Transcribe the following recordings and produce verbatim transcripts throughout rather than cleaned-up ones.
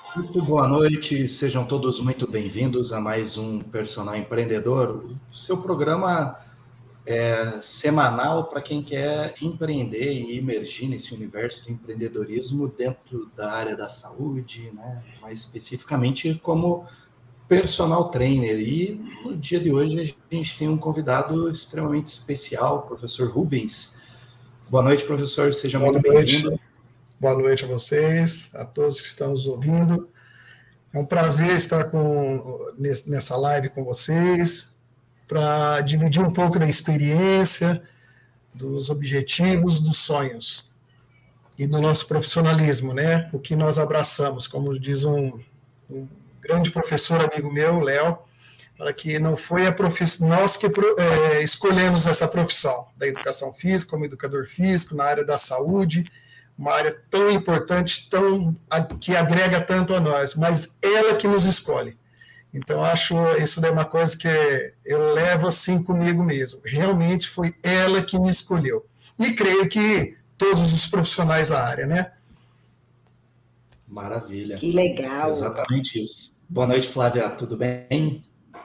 Muito boa noite, sejam todos muito bem-vindos a mais um Personal Empreendedor, o seu programa é, semanal para quem quer empreender e emergir nesse universo do empreendedorismo dentro da área da saúde, né? Mais especificamente como personal trainer. E no dia de hoje a gente tem um convidado extremamente especial, o professor Rubens. Boa noite, professor, seja Boa muito noite. bem-vindo. Boa noite a vocês, a todos que estão nos ouvindo. É um prazer estar com, nessa live com vocês, para dividir um pouco da experiência, dos objetivos, dos sonhos e do nosso profissionalismo, né? O que nós abraçamos, como diz um, um grande professor amigo meu, Léo, para que não foi a profissão, nós que é, escolhemos essa profissão da educação física, como educador físico, na área da saúde, uma área tão importante, tão, que agrega tanto a nós, mas ela que nos escolhe. Então, acho isso é uma coisa que eu levo assim comigo mesmo. Realmente foi ela que me escolheu. E creio que todos os profissionais da área, né? Maravilha. Que legal. Exatamente isso. Boa noite, Flávia, tudo bem?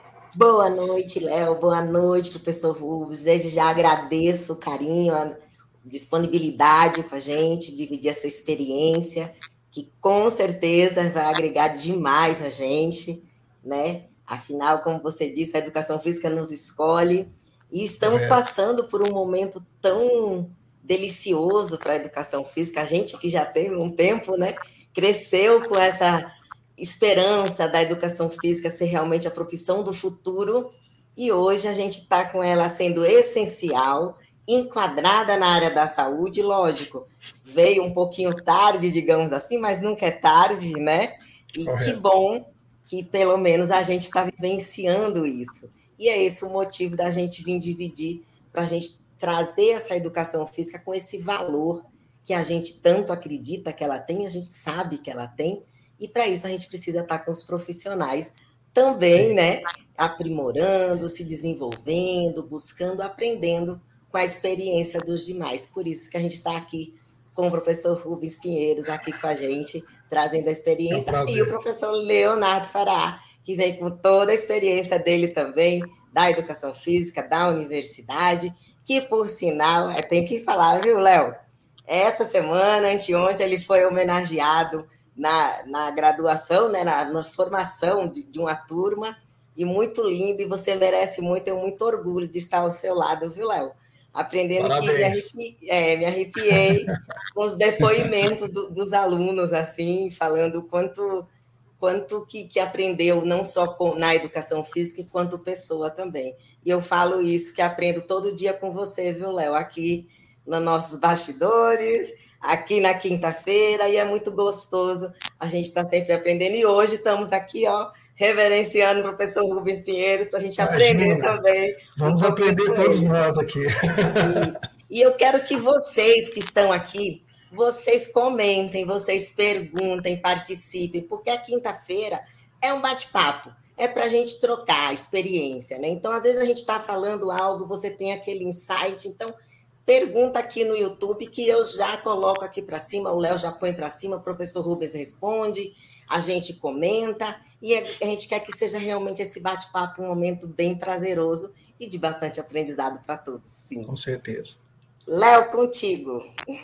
Boa noite, Léo. Boa noite, professor Rubens. Desde já agradeço o carinho, a disponibilidade com a gente, dividir a sua experiência, que com certeza vai agregar demais a gente, né? Afinal, como você disse, a educação física nos escolhe e estamos é. passando por um momento tão delicioso para a educação física. A gente que já teve um tempo, né? Cresceu com essa esperança da educação física ser realmente a profissão do futuro e hoje a gente está com ela sendo essencial, enquadrada na área da saúde, lógico, veio um pouquinho tarde, digamos assim, mas nunca é tarde, né? E Correto. Que bom que pelo menos a gente está vivenciando isso. E é esse o motivo da gente vir dividir, para a gente trazer essa educação física com esse valor que a gente tanto acredita que ela tem, a gente sabe que ela tem, e para isso a gente precisa estar com os profissionais também, Sim. né? Aprimorando, se desenvolvendo, buscando, aprendendo com a experiência dos demais. Por isso que a gente está aqui com o professor Rubens Pinheiros, aqui com a gente, trazendo a experiência, é um e o professor Leonardo Fará, que vem com toda a experiência dele também, da educação física, da universidade, que, por sinal, tem que falar, viu, Léo? Essa semana, anteontem, ele foi homenageado na, na graduação, né, na, na formação de, de uma turma, e muito lindo, e você merece muito, eu tenho muito orgulho de estar ao seu lado, viu, Léo? Aprendendo Parabéns. que me arrepiei, é, me arrepiei com os depoimentos do, dos alunos, assim, falando o quanto, quanto que, que aprendeu, não só com, na educação física, quanto pessoa também. E eu falo isso, que aprendo todo dia com você, viu, Léo? Aqui nos nossos bastidores, aqui na quinta-feira, e é muito gostoso, a gente está sempre aprendendo, e hoje estamos aqui, ó, reverenciando o professor Rubens Pinheiro, para a gente Imagina. aprender também. Vamos um aprender todos ele. nós aqui. Isso. E eu quero que vocês que estão aqui, vocês comentem, vocês perguntem, participem, porque a quinta-feira é um bate-papo, é para a gente trocar a experiência, né? Então, às vezes a gente está falando algo, você tem aquele insight, então pergunta aqui no YouTube que eu já coloco aqui para cima, o Léo já põe para cima, o professor Rubens responde, a gente comenta, e a gente quer que seja realmente esse bate-papo um momento bem prazeroso e de bastante aprendizado para todos, sim. Com certeza. Léo, contigo.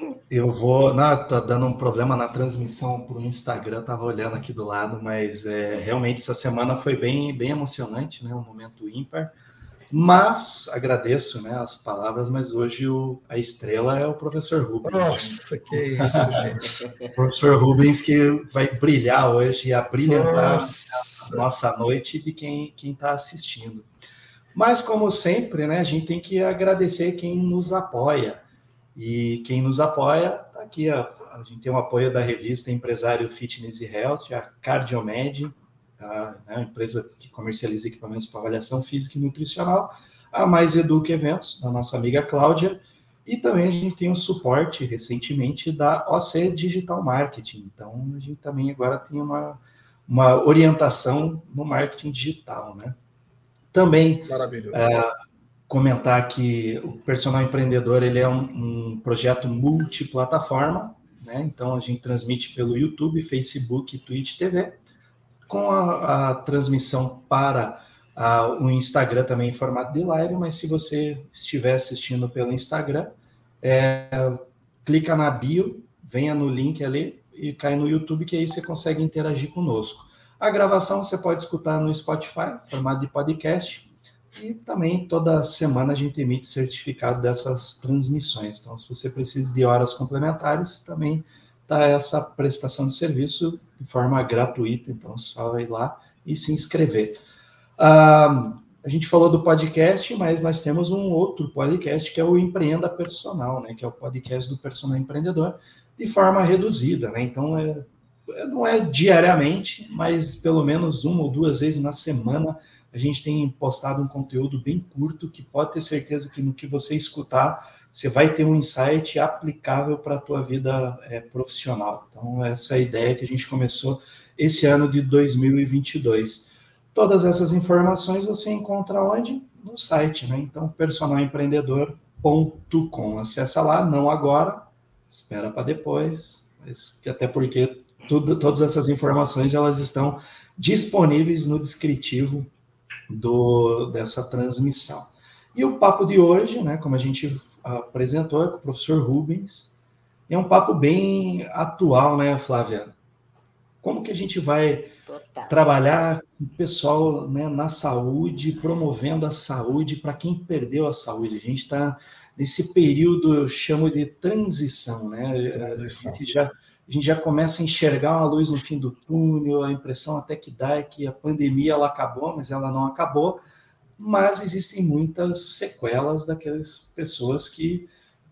Eu vou... Não, tá dando um problema na transmissão para o Instagram, estava olhando aqui do lado, mas é, realmente essa semana foi bem, bem emocionante, né? Um momento ímpar. Mas agradeço, né, as palavras, mas hoje o, a estrela é o professor Rubens. Nossa, né? Que isso, gente. O professor Rubens que vai brilhar hoje e abrilhantar nossa. a nossa noite de quem está assistindo. Mas, como sempre, né, a gente tem que agradecer quem nos apoia. E quem nos apoia, está aqui, a, a gente tem o apoio da revista Empresário Fitness e Health, a Cardiomed, a, né, a empresa que comercializa equipamentos para avaliação física e nutricional, a Mais Educa Eventos, da nossa amiga Cláudia, e também a gente tem um suporte, recentemente, da O C Digital Marketing. Então, a gente também agora tem uma, uma orientação no marketing digital, né? Também, é, comentar que o Personal Empreendedor ele é um, um projeto multiplataforma, né? Então a gente transmite pelo YouTube, Facebook, Twitch T V, com a, a transmissão para a, o Instagram também em formato de live, mas se você estiver assistindo pelo Instagram, é, clica na bio, venha no link ali e cai no YouTube, que aí você consegue interagir conosco. A gravação você pode escutar no Spotify, formato de podcast, e também toda semana a gente emite certificado dessas transmissões. Então, se você precisa de horas complementares, também está essa prestação de serviço de forma gratuita, então só vai lá e se inscrever. Ah, a gente falou do podcast, mas nós temos um outro podcast que é o Empreenda Personal, né, que é o podcast do personal empreendedor, de forma reduzida, né? Então, é, não é diariamente, mas pelo menos uma ou duas vezes na semana a gente tem postado um conteúdo bem curto que pode ter certeza que no que você escutar, você vai ter um insight aplicável para a tua vida é, profissional. Então, essa é a ideia que a gente começou esse ano de dois mil e vinte e dois. Todas essas informações você encontra onde? No site, né? Então, personal empreendedor ponto com. Acessa lá, não agora, espera para depois, mas, até porque tudo, todas essas informações elas estão disponíveis no descritivo do, dessa transmissão. E o papo de hoje, né, como a gente apresentou, é com o professor Rubens, é um papo bem atual, né, Flávia? Como que a gente vai Total. trabalhar com o pessoal, né, na saúde, promovendo a saúde para quem perdeu a saúde? A gente está nesse período, eu chamo de transição, né? Transição. A gente já A gente já começa a enxergar uma luz no fim do túnel, a impressão até que dá é que a pandemia ela acabou, mas ela não acabou, mas existem muitas sequelas daquelas pessoas que,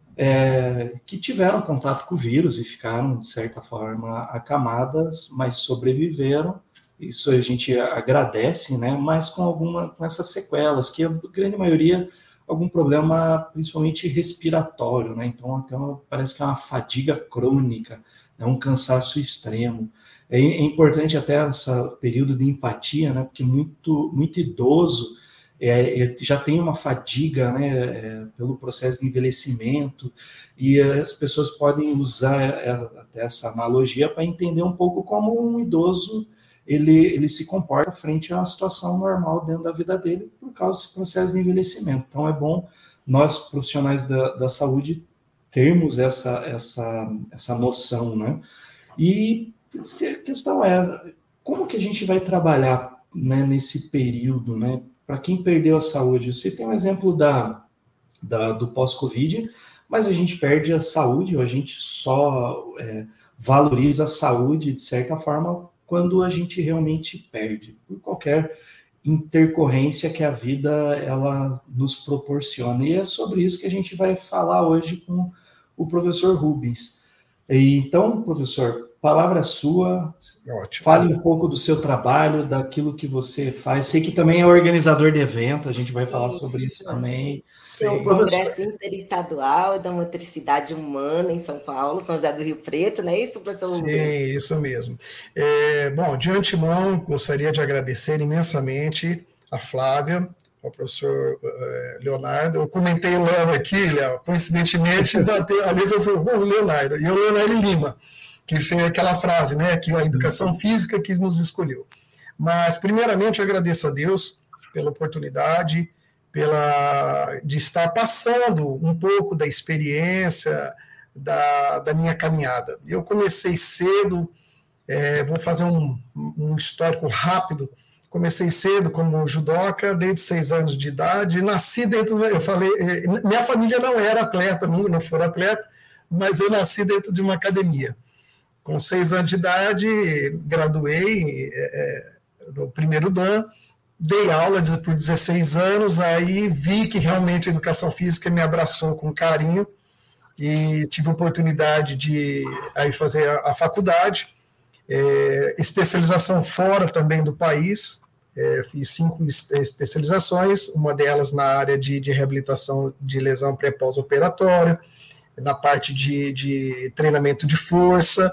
é, que tiveram contato com o vírus e ficaram, de certa forma, acamadas, mas sobreviveram. Isso a gente agradece, né? Mas com, alguma, com essas sequelas, que a grande maioria algum problema principalmente respiratório, né? Então até uma, parece que é uma fadiga crônica, é um cansaço extremo. É, é importante até esse período de empatia, né? Porque muito, muito idoso é, é, já tem uma fadiga, né? É, pelo processo de envelhecimento, e as pessoas podem usar é, até essa analogia para entender um pouco como um idoso Ele, ele se comporta frente a uma situação normal dentro da vida dele por causa desse processo de envelhecimento. Então, é bom nós, profissionais da, da saúde, termos essa, essa, essa noção, né? E a questão é, como que a gente vai trabalhar, né, nesse período, né? Para quem perdeu a saúde, você tem um exemplo da, da, do pós-Covid, mas a gente perde a saúde, ou a gente só é, valoriza a saúde, de certa forma, quando a gente realmente perde, por qualquer intercorrência que a vida ela nos proporciona. E é sobre isso que a gente vai falar hoje com o professor Rubens. E, então, professor, palavra sua. Ótimo. Fale um pouco do seu trabalho, daquilo que você faz. Sei que também é organizador de evento, a gente vai falar Sim. sobre isso também. Sou o Congresso Interestadual da Motricidade Humana em São Paulo, São José do Rio Preto, não é isso, professor Rubens? Sim, isso mesmo. É, bom, de antemão, gostaria de agradecer imensamente a Flávia, ao professor uh, Leonardo. Eu comentei o Léo aqui, Léo, coincidentemente, bateu, ali eu falei, o Leonardo, e o Leonardo Lima, que fez aquela frase, né, que a educação física que nos escolheu. Mas, primeiramente, eu agradeço a Deus pela oportunidade, pela, de estar passando um pouco da experiência da, da minha caminhada. Eu comecei cedo, é, vou fazer um, um histórico rápido. Comecei cedo como judoca, desde seis anos de idade, nasci dentro, eu falei, minha família não era atleta, não, não foram atleta, mas eu nasci dentro de uma academia. Com seis anos de idade, graduei é, no primeiro dan, dei aula por dezesseis anos, aí vi que realmente a educação física me abraçou com carinho e tive a oportunidade de aí fazer a, a faculdade, é, especialização fora também do país, é, fiz cinco especializações, uma delas na área de, de reabilitação de lesão pré-pós-operatória, na parte de, de treinamento de força.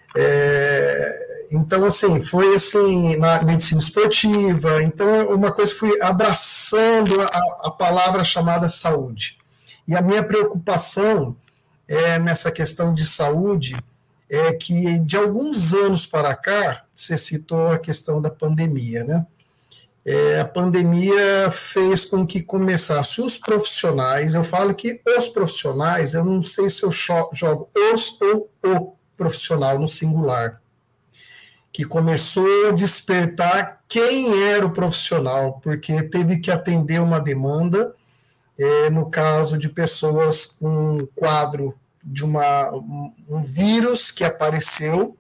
É, então, assim, foi assim, na medicina esportiva. Então, uma coisa, fui abraçando a, a palavra chamada saúde. E a minha preocupação é nessa questão de saúde é que, de alguns anos para cá, você citou a questão da pandemia, né? É, a pandemia fez com que começasse os profissionais, eu falo que os profissionais, eu não sei se eu jogo os ou o profissional no singular, que começou a despertar quem era o profissional, porque teve que atender uma demanda, é, no caso de pessoas com um quadro de uma, um, um vírus que apareceu,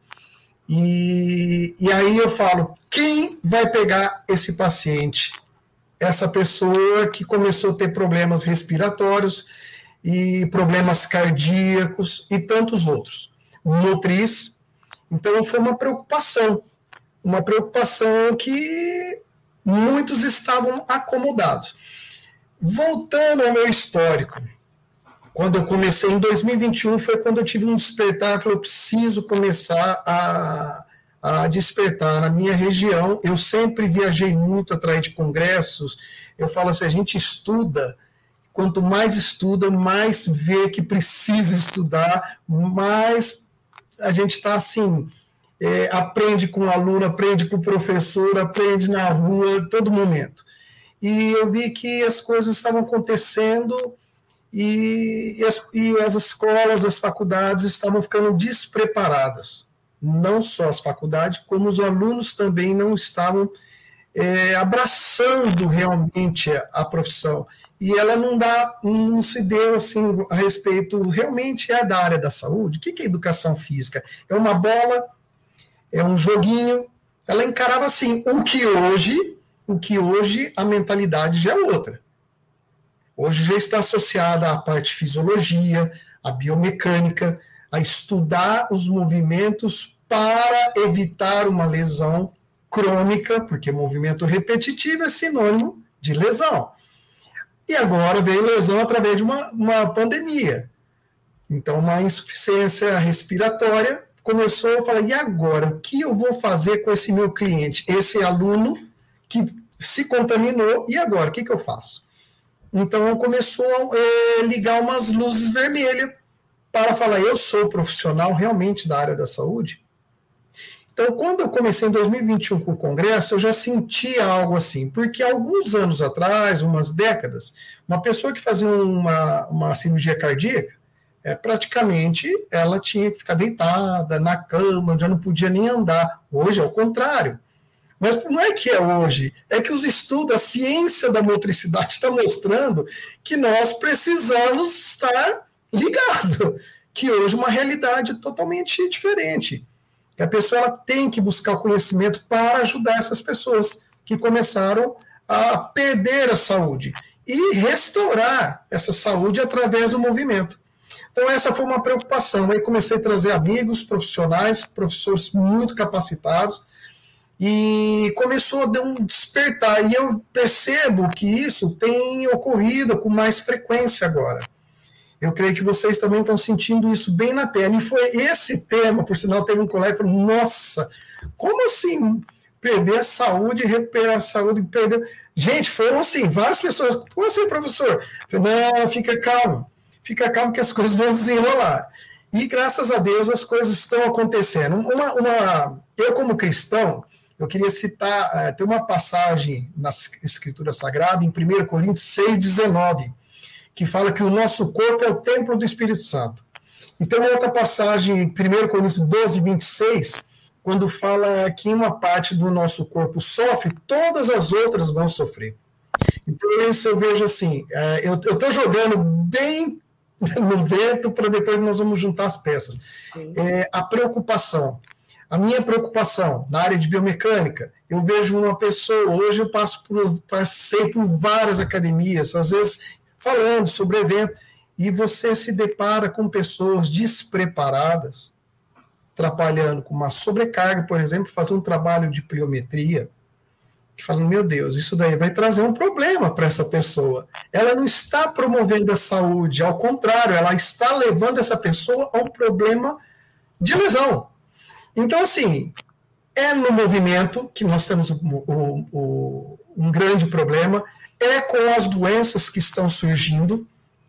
e, e aí eu falo, quem vai pegar esse paciente? Essa pessoa que começou a ter problemas respiratórios e problemas cardíacos e tantos outros. Motriz. Então, foi uma preocupação. Uma preocupação que muitos estavam acomodados. Voltando ao meu histórico, quando eu comecei em dois mil e vinte e um, foi quando eu tive um despertar, eu falei, eu preciso começar a, a despertar na minha região. Eu sempre viajei muito atrás de congressos, eu falo assim, a gente estuda, quanto mais estuda, mais vê que precisa estudar, mais a gente está assim, é, aprende com o aluno, aprende com o professor, aprende na rua, todo momento. E eu vi que as coisas estavam acontecendo, E, e, as, e as escolas, as faculdades estavam ficando despreparadas. Não só as faculdades, como os alunos também não estavam é, abraçando realmente a, a profissão. E ela não, dá, não se deu assim, a respeito, realmente é da área da saúde. O que é educação física? É uma bola, é um joguinho. Ela encarava assim, o que hoje, o que hoje a mentalidade já é outra. Hoje já está associada à parte de fisiologia, à biomecânica, a estudar os movimentos para evitar uma lesão crônica, porque movimento repetitivo é sinônimo de lesão. E agora veio lesão através de uma, uma pandemia. Então, uma insuficiência respiratória começou a falar, e agora, o que eu vou fazer com esse meu cliente? Esse aluno que se contaminou, e agora, o que, que eu faço? Então, começou a é, ligar umas luzes vermelhas para falar, eu sou profissional realmente da área da saúde? Então, quando eu comecei em dois mil e vinte e um com o congresso, eu já sentia algo assim, porque alguns anos atrás, umas décadas, uma pessoa que fazia uma, uma cirurgia cardíaca, é, praticamente ela tinha que ficar deitada na cama, já não podia nem andar. Hoje é o contrário. Mas não é que é hoje, é que os estudos, a ciência da motricidade está mostrando que nós precisamos estar ligados, que hoje é uma realidade totalmente diferente. Que a pessoa ela tem que buscar o conhecimento para ajudar essas pessoas que começaram a perder a saúde e restaurar essa saúde através do movimento. Então essa foi uma preocupação. Aí comecei a trazer amigos, profissionais, professores muito capacitados, e começou a dar um despertar, e eu percebo que isso tem ocorrido com mais frequência agora. Eu creio que vocês também estão sentindo isso bem na pele, e foi esse tema, por sinal, teve um colega que falou, nossa, como assim perder a saúde, recuperar a saúde, perder... Gente, foram assim, várias pessoas, como assim, professor? Eu falei, não, fica calmo, fica calmo que as coisas vão desenrolar. E graças a Deus as coisas estão acontecendo. Uma, uma... Eu, como cristão, eu queria citar, tem uma passagem na Escritura Sagrada, em primeira Coríntios seis, dezenove, que fala que o nosso corpo é o templo do Espírito Santo. E tem uma outra passagem, em primeira Coríntios doze, vinte e seis, quando fala que uma parte do nosso corpo sofre, todas as outras vão sofrer. Então, isso eu vejo assim, eu estou jogando bem no vento para depois nós vamos juntar as peças. É, a preocupação. A minha preocupação na área de biomecânica, eu vejo uma pessoa, hoje eu passo por, passei por várias academias, às vezes falando sobre evento, e você se depara com pessoas despreparadas, trabalhando com uma sobrecarga, por exemplo, fazer um trabalho de pliometria, que falam, meu Deus, isso daí vai trazer um problema para essa pessoa. Ela não está promovendo a saúde, ao contrário, ela está levando essa pessoa a um problema de lesão. Então, assim, é no movimento que nós temos o, o, o, um grande problema, é com as doenças que estão surgindo,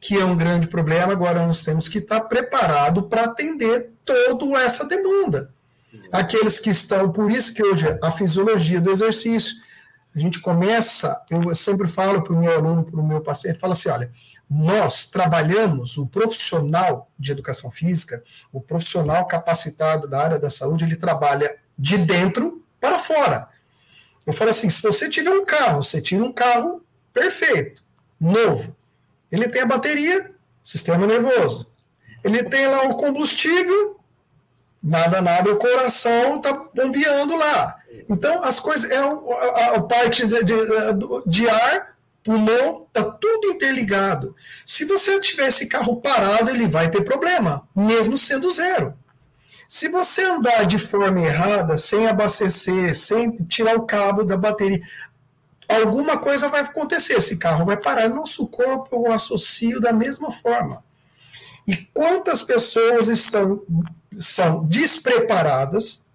que é um grande problema. Agora nós temos que estar preparados para atender toda essa demanda. Aqueles que estão, por isso que hoje a fisiologia do exercício, a gente começa, eu sempre falo para o meu aluno, para o meu paciente, falo assim, olha, nós trabalhamos, o profissional de educação física, o profissional capacitado da área da saúde, ele trabalha de dentro para fora. Eu falo assim, se você tiver um carro, você tira um carro perfeito, novo, ele tem a bateria, sistema nervoso. Ele tem lá o combustível, nada, nada, o coração está bombeando lá. Então, as coisas, é a, a parte de, de, de ar, pulmão, está tudo interligado. Se você tiver esse carro parado, ele vai ter problema, mesmo sendo zero. Se você andar de forma errada, sem abastecer, sem tirar o cabo da bateria, alguma coisa vai acontecer, esse carro vai parar. Nosso corpo eu associo da mesma forma. E quantas pessoas estão, são despreparadas,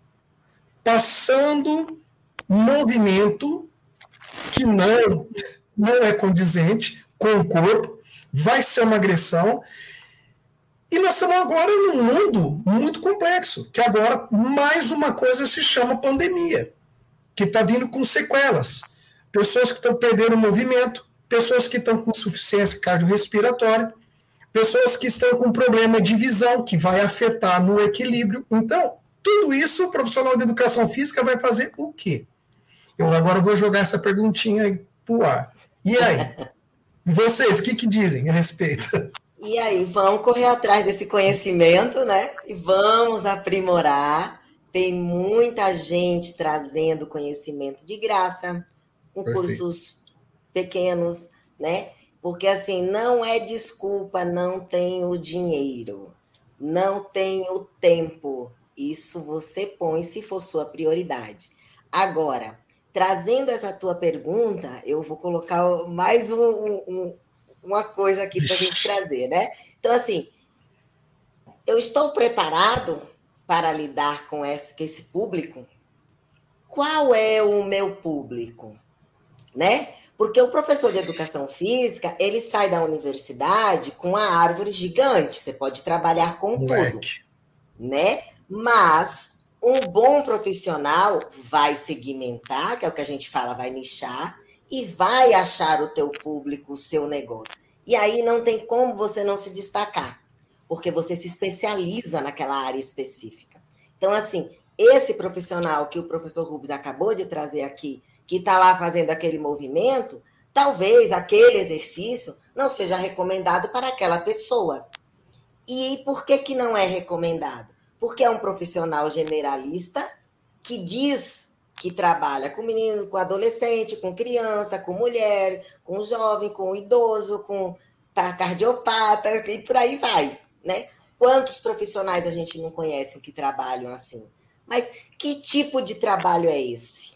passando movimento que não, não é condizente com o corpo, vai ser uma agressão. E nós estamos agora num mundo muito complexo, que agora mais uma coisa se chama pandemia, que está vindo com sequelas. Pessoas que estão perdendo o movimento, pessoas que estão com insuficiência cardiorrespiratória, pessoas que estão com problema de visão, que vai afetar no equilíbrio. Então, tudo isso o profissional de educação física vai fazer o quê? Eu agora vou jogar essa perguntinha aí pro ar. E aí? Vocês, o que, que dizem a respeito? E aí, vamos correr atrás desse conhecimento, né? E vamos aprimorar. Tem muita gente trazendo conhecimento de graça, com Perfeito. Cursos pequenos, né? Porque, assim, não é desculpa, não tenho dinheiro, não tenho tempo. Isso você põe se for sua prioridade. Agora, trazendo essa tua pergunta, eu vou colocar mais um, um, uma coisa aqui para a gente trazer, né? Então, assim, eu estou preparado para lidar com esse, com esse público? Qual é o meu público? Né? Porque o professor de educação física, ele sai da universidade com a árvore gigante, você pode trabalhar com Moleque. tudo, né? Mas um bom profissional vai segmentar, que é o que a gente fala, vai nichar, e vai achar o teu público, o seu negócio. E aí não tem como você não se destacar, porque você se especializa naquela área específica. Então, assim, esse profissional que o professor Rubens acabou de trazer aqui, que está lá fazendo aquele movimento, talvez aquele exercício não seja recomendado para aquela pessoa. E por que que não é recomendado? Porque é um profissional generalista que diz que trabalha com menino, com adolescente, com criança, com mulher, com jovem, com idoso, com cardiopata, e por aí vai, né? Quantos profissionais a gente não conhece que trabalham assim? Mas que tipo de trabalho é esse?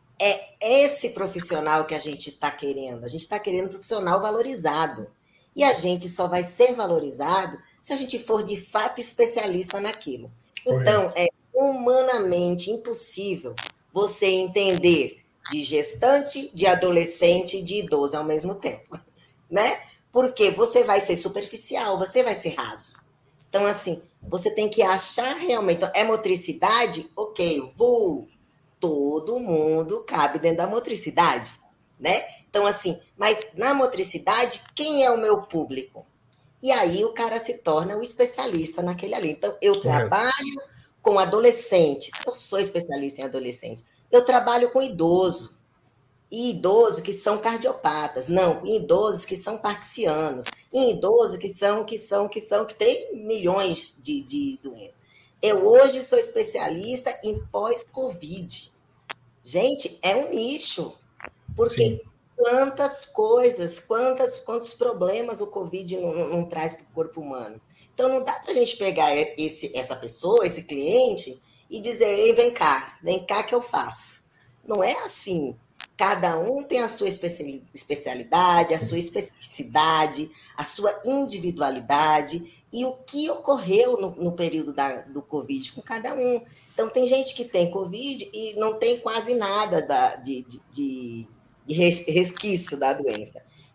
É esse profissional que a gente está querendo. A gente está querendo um profissional valorizado. E a gente só vai ser valorizado se a gente for, de fato, especialista naquilo. Então, é humanamente impossível você entender de gestante, de adolescente e de idoso ao mesmo tempo, né? Porque você vai ser superficial, você vai ser raso. Então, assim, você tem que achar realmente... Então, é motricidade? Ok, vou... Todo mundo cabe dentro da motricidade, né? Então, assim, mas na motricidade, quem é o meu público? E aí o cara se torna o especialista naquele ali. Então, eu trabalho com adolescentes, eu sou especialista em adolescentes. Eu trabalho com idoso, e idosos que são cardiopatas, não, em idosos que são parkincianos, em idosos que são, que são, que são, que tem milhões de, de doenças. Eu hoje sou especialista em pós-Covid. Gente, é um nicho, porque Sim. quantas coisas, quantas, quantos problemas o Covid não, não traz para o corpo humano. Então, não dá para a gente pegar esse, essa pessoa, esse cliente, e dizer, ei, vem cá, vem cá que eu faço. Não é assim. Cada um tem a sua especialidade, a sua especificidade, a sua individualidade, e o que ocorreu no, no período da, do Covid com cada um. Então, tem gente que tem Covid e não tem quase nada da, de, de, de resquício da doença.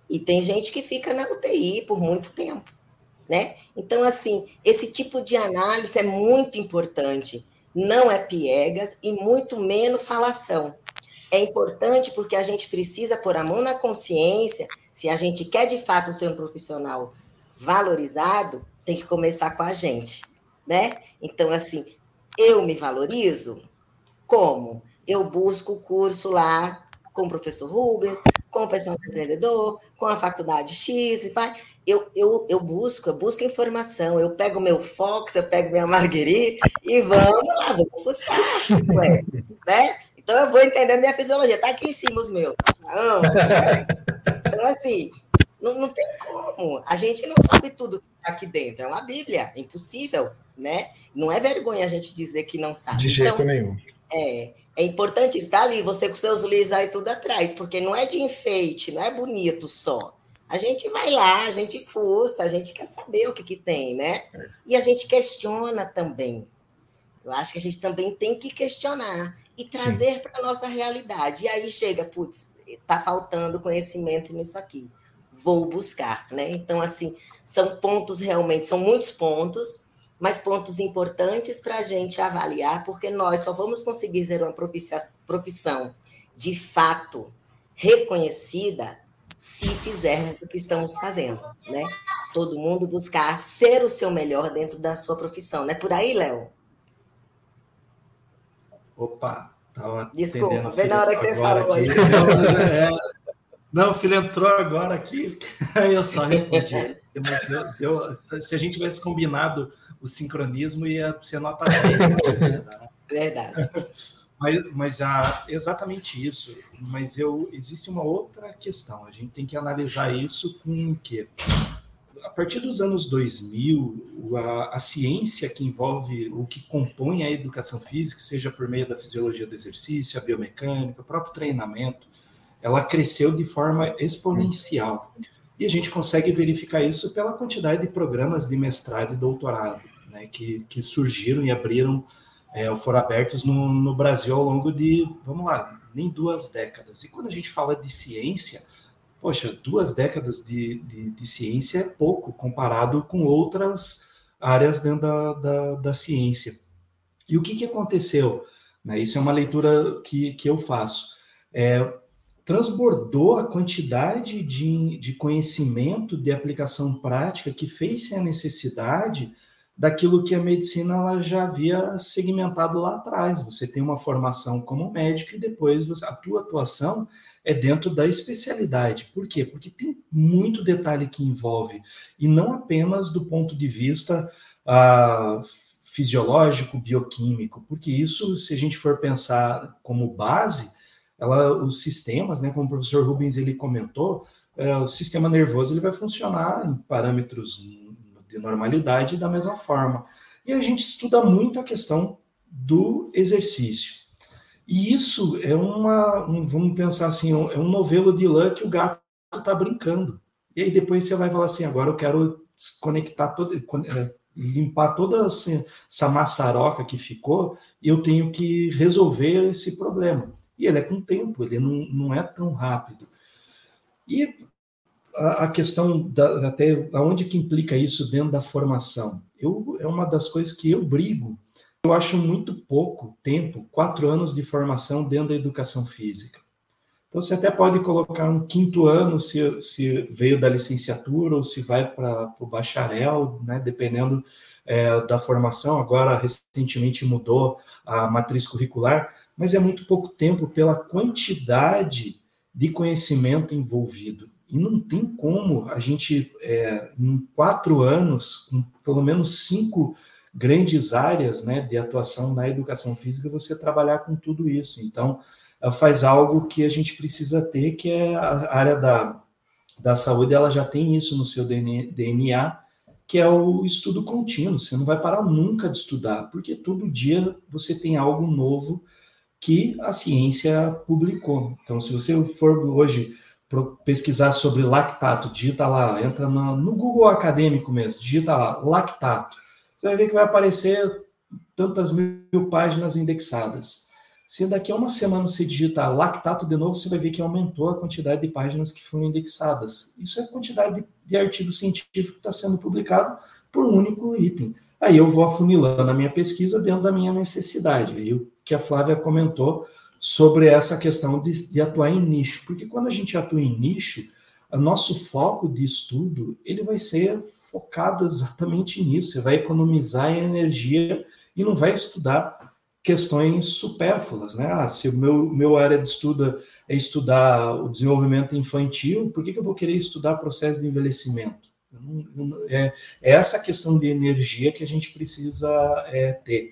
E tem gente que fica na U T I por muito tempo, né? Então, assim, esse tipo de análise é muito importante. Não é piegas e muito menos falação. É importante porque a gente precisa pôr a mão na consciência. Se a gente quer, de fato, ser um profissional valorizado, tem que começar com a gente, né? Então, assim, eu me valorizo? Como? Eu busco o curso lá com o professor Rubens, com o pessoal empreendedor, com a faculdade X, e vai. Eu, eu, eu busco, eu busco informação, eu pego meu Fox, eu pego minha Marguerite e vamos lá, vamos fuçar, ué, né? Então eu vou entendendo minha fisiologia, tá aqui em cima os meus. Não, né? Então, assim, não, não tem como. A gente não sabe tudo que está aqui dentro, é uma Bíblia, é impossível, né? Não é vergonha a gente dizer que não sabe. De jeito então, nenhum. É, é importante estar ali, você com seus livros aí tudo atrás, porque não é de enfeite, não é bonito só. A gente vai lá, a gente fuça, a gente quer saber o que, que tem, né? E a gente questiona também. Eu acho que a gente também tem que questionar e trazer para a nossa realidade. E aí chega, putz, está faltando conhecimento nisso aqui. Vou buscar, né? Então, assim, são pontos realmente, são muitos pontos, mas pontos importantes para a gente avaliar, porque nós só vamos conseguir ser uma profissão de fato reconhecida se fizermos o que estamos fazendo, né? Todo mundo buscar ser o seu melhor dentro da sua profissão, não é por aí, Léo? Opa, estava Desculpa, vem na hora que você falou aqui. aí. Não, é, não, o filho entrou agora aqui, aí eu só respondi. Eu, eu, se a gente tivesse combinado o sincronismo, ia ser nota dez. Verdade. Mas, mas ah, exatamente isso. Mas eu, existe uma outra questão. A gente tem que analisar isso com o quê? A partir dos anos dois mil, a, a ciência que envolve, o que compõe a educação física, seja por meio da fisiologia do exercício, a biomecânica, o próprio treinamento, ela cresceu de forma exponencial. E a gente consegue verificar isso pela quantidade de programas de mestrado e doutorado, né, que, que surgiram e abriram, é, foram abertos no, no Brasil ao longo de, vamos lá, nem duas décadas. E quando a gente fala de ciência, poxa, duas décadas de, de, de ciência é pouco comparado com outras áreas dentro da, da, da ciência. E o que, que aconteceu? Né, isso é uma leitura que, que eu faço. É, transbordou a quantidade de, de conhecimento, de aplicação prática, que fez-se a necessidade daquilo que a medicina ela já havia segmentado lá atrás. Você tem uma formação como médico e depois você, a tua atuação é dentro da especialidade. Por quê? Porque tem muito detalhe que envolve, e não apenas do ponto de vista ah, fisiológico, bioquímico, porque isso, se a gente for pensar como base, ela, os sistemas, né, como o professor Rubens ele comentou, é, o sistema nervoso ele vai funcionar em parâmetros de normalidade da mesma forma. E a gente estuda muito a questão do exercício. E isso é uma, um, vamos pensar assim, é um novelo de lã que o gato está brincando. E aí depois você vai falar assim, agora eu quero desconectar, todo, limpar toda assim, essa maçaroca que ficou, e eu tenho que resolver esse problema. E ele é com tempo, ele não, não é tão rápido. E a, a questão, da, até aonde que implica isso dentro da formação? Eu, é uma das coisas que eu brigo. Eu acho muito pouco tempo, quatro anos de formação dentro da educação física. Então, você até pode colocar um quinto ano, se, se veio da licenciatura ou se vai para o bacharel, né, dependendo é, da formação. Agora, recentemente mudou a matriz curricular, mas é muito pouco tempo pela quantidade de conhecimento envolvido. E não tem como a gente, é, em quatro anos, com pelo menos cinco grandes áreas, né, de atuação na educação física, você trabalhar com tudo isso. Então, faz algo que a gente precisa ter, que é a área da, da saúde, ela já tem isso no seu D N A, que é o estudo contínuo. Você não vai parar nunca de estudar, porque todo dia você tem algo novo que a ciência publicou. Então, se você for hoje pesquisar sobre lactato, digita lá, entra no, no Google acadêmico mesmo, digita lá, lactato. Você vai ver que vai aparecer tantas mil páginas indexadas. Se daqui a uma semana você digitar lactato de novo, você vai ver que aumentou a quantidade de páginas que foram indexadas. Isso é a quantidade de, de artigo científico que está sendo publicado por um único item. Aí eu vou afunilando a minha pesquisa dentro da minha necessidade. Aí o que a Flávia comentou sobre essa questão de, de atuar em nicho. Porque quando a gente atua em nicho, o nosso foco de estudo ele vai ser focado exatamente nisso. Você vai economizar energia e não vai estudar questões supérfluas, né? Ah, se o meu, meu área de estudo é estudar o desenvolvimento infantil, por que, que eu vou querer estudar processo de envelhecimento? Não, não, é, é essa questão de energia que a gente precisa é, ter.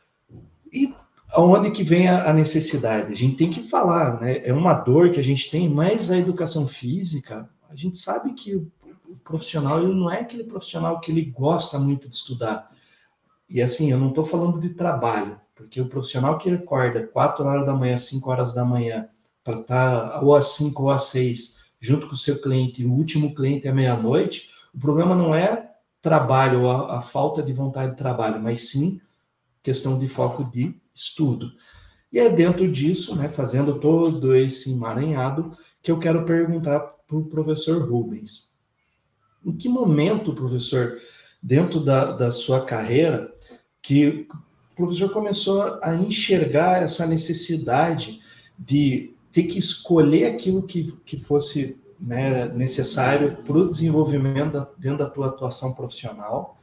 E aonde que vem a, a necessidade? A gente tem que falar, né? É uma dor que a gente tem, mas a educação física, a gente sabe que o, o profissional ele não é aquele profissional que ele gosta muito de estudar. E assim, eu não estou falando de trabalho, porque o profissional que acorda quatro horas da manhã, cinco horas da manhã, para estar ou às cinco ou às seis, junto com o seu cliente, e o último cliente é meia-noite, o problema não é trabalho, ou a, a falta de vontade de trabalho, mas sim questão de foco de estudo. E é dentro disso, né, fazendo todo esse emaranhado, que eu quero perguntar para o professor Rubens. Em que momento, professor, dentro da, da sua carreira, que o professor começou a enxergar essa necessidade de ter que escolher aquilo que, que fosse, né, necessário para o desenvolvimento da, dentro da tua atuação profissional?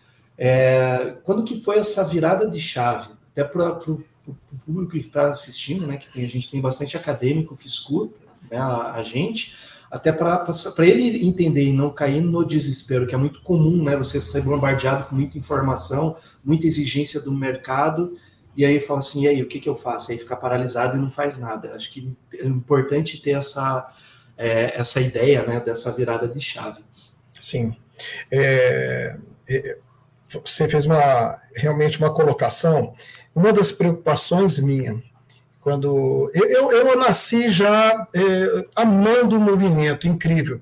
É, quando que foi essa virada de chave? Até para o público que está assistindo, né, que tem, a gente tem bastante acadêmico que escuta, né, a, a gente, até para ele entender e não cair no desespero, que é muito comum, né? Você ser bombardeado com muita informação, muita exigência do mercado, e aí fala assim, e aí, o que, que eu faço? Aí fica paralisado e não faz nada. Acho que é importante ter essa, é, essa ideia, né, dessa virada de chave. Sim. É, é, você fez uma, realmente uma colocação. Uma das preocupações minha, quando eu, eu, eu nasci já é, amando o movimento, incrível.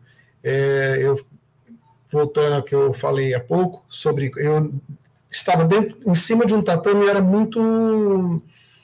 É, eu, voltando ao que eu falei há pouco, sobre eu estava dentro, em cima de um tatame e era muito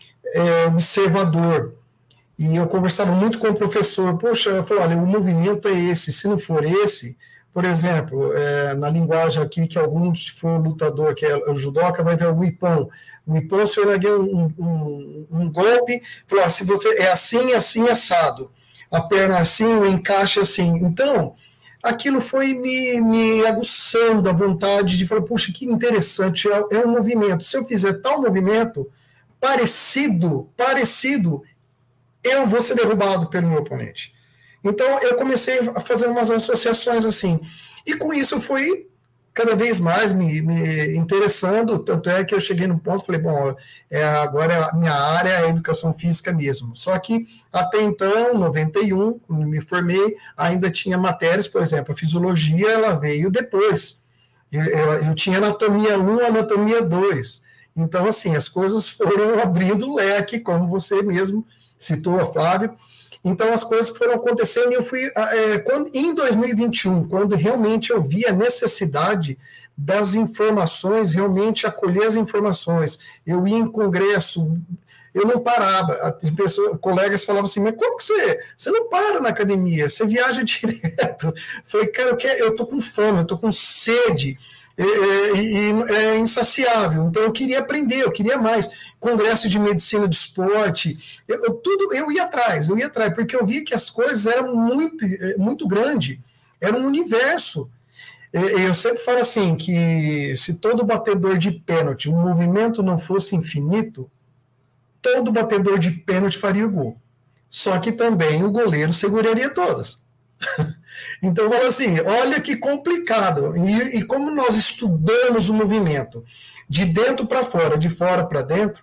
é, observador. E eu conversava muito com o professor. Poxa, eu falei, olha, o movimento é esse, se não for esse... Por exemplo, é, na linguagem aqui, que algum for lutador, que é o judoca, vai ver o ipon. O ipon, se eu erguei um, um, um golpe, falou, ah, se você é assim, assim, assado. A perna assim, o encaixe assim. Então, aquilo foi me, me aguçando a vontade de falar, puxa, que interessante, é, é um movimento. Se eu fizer tal movimento, parecido, parecido, eu vou ser derrubado pelo meu oponente. Então, eu comecei a fazer umas associações assim. E com isso fui cada vez mais me, me interessando, tanto é que eu cheguei no ponto, falei, bom, é, agora a minha área é a educação física mesmo. Só que até então, em noventa e um, quando me formei, ainda tinha matérias, por exemplo, a fisiologia, ela veio depois. Eu, eu, eu tinha anatomia um, anatomia dois. Então, assim, as coisas foram abrindo leque, como você mesmo citou, a Flávia. Então, as coisas foram acontecendo e eu fui, é, quando, em dois mil e vinte e um, quando realmente eu vi a necessidade das informações, realmente acolher as informações. Eu ia em congresso, eu não parava. As pessoas, colegas falavam assim, mas como que você... Você não para na academia, você viaja direto. Eu falei, cara, eu estou com fome, eu estou com sede, e é, é, é insaciável. Então, eu queria aprender, eu queria mais. Congresso de medicina de esporte, eu, eu, tudo, eu ia atrás, eu ia atrás, porque eu via que as coisas eram muito, muito grandes, era um universo. Eu sempre falo assim, que se todo batedor de pênalti, o movimento não fosse infinito, todo batedor de pênalti faria o gol. Só que também o goleiro seguraria todas. Então, falo assim, olha que complicado. E, e como nós estudamos o movimento de dentro para fora, de fora para dentro,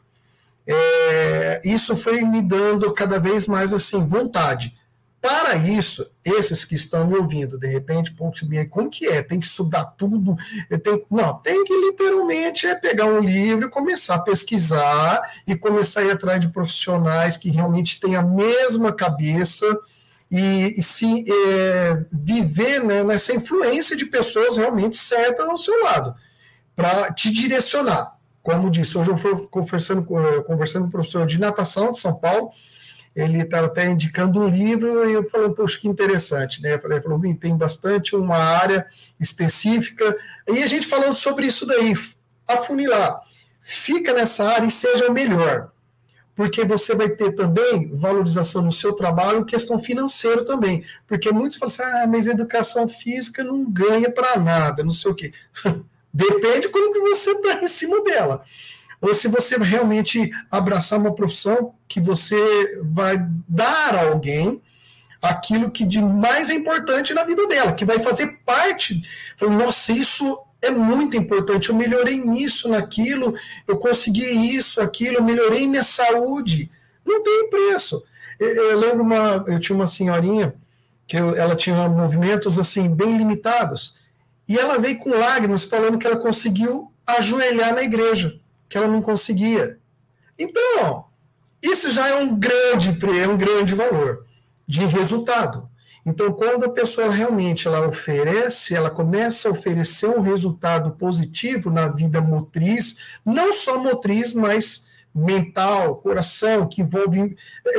é, isso foi me dando cada vez mais assim vontade. Para isso, esses que estão me ouvindo, de repente, como que é? Tem que estudar tudo? Tenho, não, tem que literalmente é pegar um livro e começar a pesquisar e começar a ir atrás de profissionais que realmente têm a mesma cabeça e, e se é, viver, né, nessa influência de pessoas realmente certas ao seu lado, para te direcionar. como disse, hoje eu fui conversando, conversando com o professor de natação de São Paulo, ele estava até indicando um livro, e eu falei, poxa, que interessante, né? Eu falei, falou, tem bastante uma área específica, e a gente falando sobre isso daí, afunilar, fica nessa área e seja o melhor, porque você vai ter também valorização no seu trabalho, questão financeira também, porque muitos falam assim, ah, mas educação física não ganha para nada, não sei o quê. Depende como que você está em cima dela. Ou se você realmente abraçar uma profissão que você vai dar a alguém aquilo que de mais é importante na vida dela, que vai fazer parte. Nossa, isso é muito importante, eu melhorei nisso, naquilo, eu consegui isso, aquilo, eu melhorei minha saúde. Não tem preço. Eu, eu lembro, uma, eu tinha uma senhorinha, que eu, ela tinha movimentos assim, bem limitados, e ela veio com lágrimas falando que ela conseguiu ajoelhar na igreja, que ela não conseguia. Então, isso já é um grande, é um grande valor de resultado. Então, quando a pessoa realmente ela oferece, ela começa a oferecer um resultado positivo na vida motriz, não só motriz, mas mental, coração, que envolve é,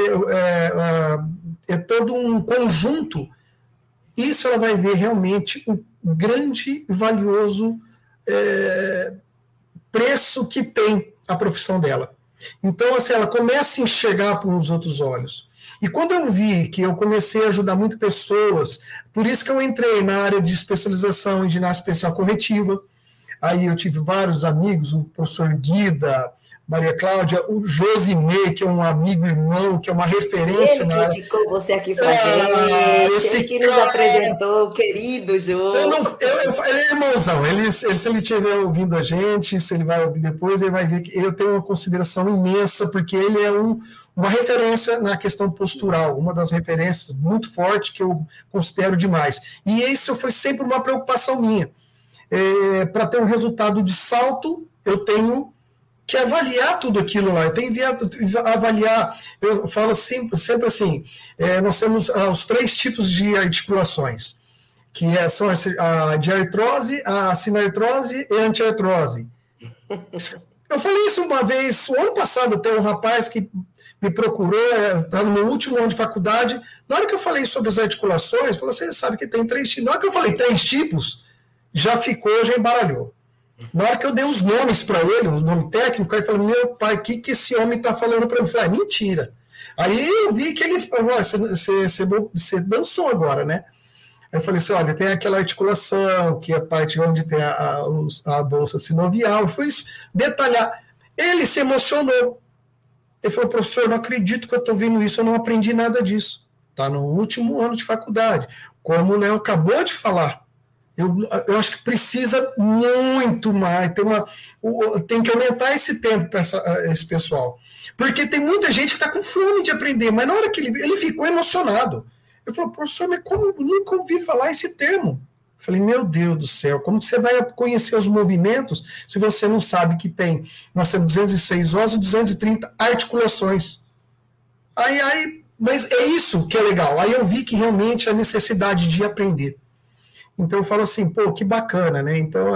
é, é todo um conjunto, isso ela vai ver realmente o grande e valioso é, preço que tem a profissão dela. Então, assim, ela começa a enxergar por uns outros olhos. E quando eu vi que eu comecei a ajudar muito pessoas, por isso que eu entrei na área de especialização em ginástica especial corretiva, aí eu tive vários amigos, o professor Guida, Maria Cláudia, o Josinei, que é um amigo irmão, que é uma referência. Ele na que indicou área... você aqui pra ah, gente, esse ele que cara... nos apresentou, o querido Jô. Eu não, eu, eu, ele é irmãozão, ele, se ele estiver ouvindo a gente, se ele vai ouvir depois, ele vai ver que eu tenho uma consideração imensa, porque ele é um, uma referência na questão postural, uma das referências muito forte que eu considero demais. E isso foi sempre uma preocupação minha. É, para ter um resultado de salto, eu tenho que avaliar tudo aquilo lá, eu tenho que avaliar, eu falo sempre, sempre assim, é, nós temos ah, os três tipos de articulações, que é, são a de artrose, a sinartrose e a antiartrose. Eu falei isso uma vez, o ano passado até um rapaz que me procurou, estava no meu último ano de faculdade, na hora que eu falei sobre as articulações, falou, você sabe que tem três tipos, na hora que eu falei três tipos, já ficou, já embaralhou. Na hora que eu dei os nomes para ele, os nomes técnicos, aí falou, meu pai, o que, que esse homem está falando para mim? Eu falei, ah, mentira. Aí eu vi que ele falou, você, você, você dançou agora, né? Aí eu falei assim, olha, tem aquela articulação, que é a parte onde tem a, a, a bolsa sinovial, eu fui detalhar. Ele se emocionou. Ele falou, professor, não acredito que eu estou vendo isso, eu não aprendi nada disso. Está no último ano de faculdade. Como o Léo acabou de falar, Eu, eu acho que precisa muito mais, tem, uma, tem que aumentar esse tempo para esse pessoal. Porque tem muita gente que está com fome de aprender, mas na hora que ele, ele ficou emocionado. Eu falei, professor, mas como eu nunca ouvi falar esse termo? Eu falei, meu Deus do céu, como você vai conhecer os movimentos se você não sabe que tem, nós temos duzentos e seis ossos e duzentas e trinta articulações. Aí, aí, mas é isso que é legal. Aí eu vi que realmente a necessidade de aprender. Então eu falo assim, pô, que bacana, né? Então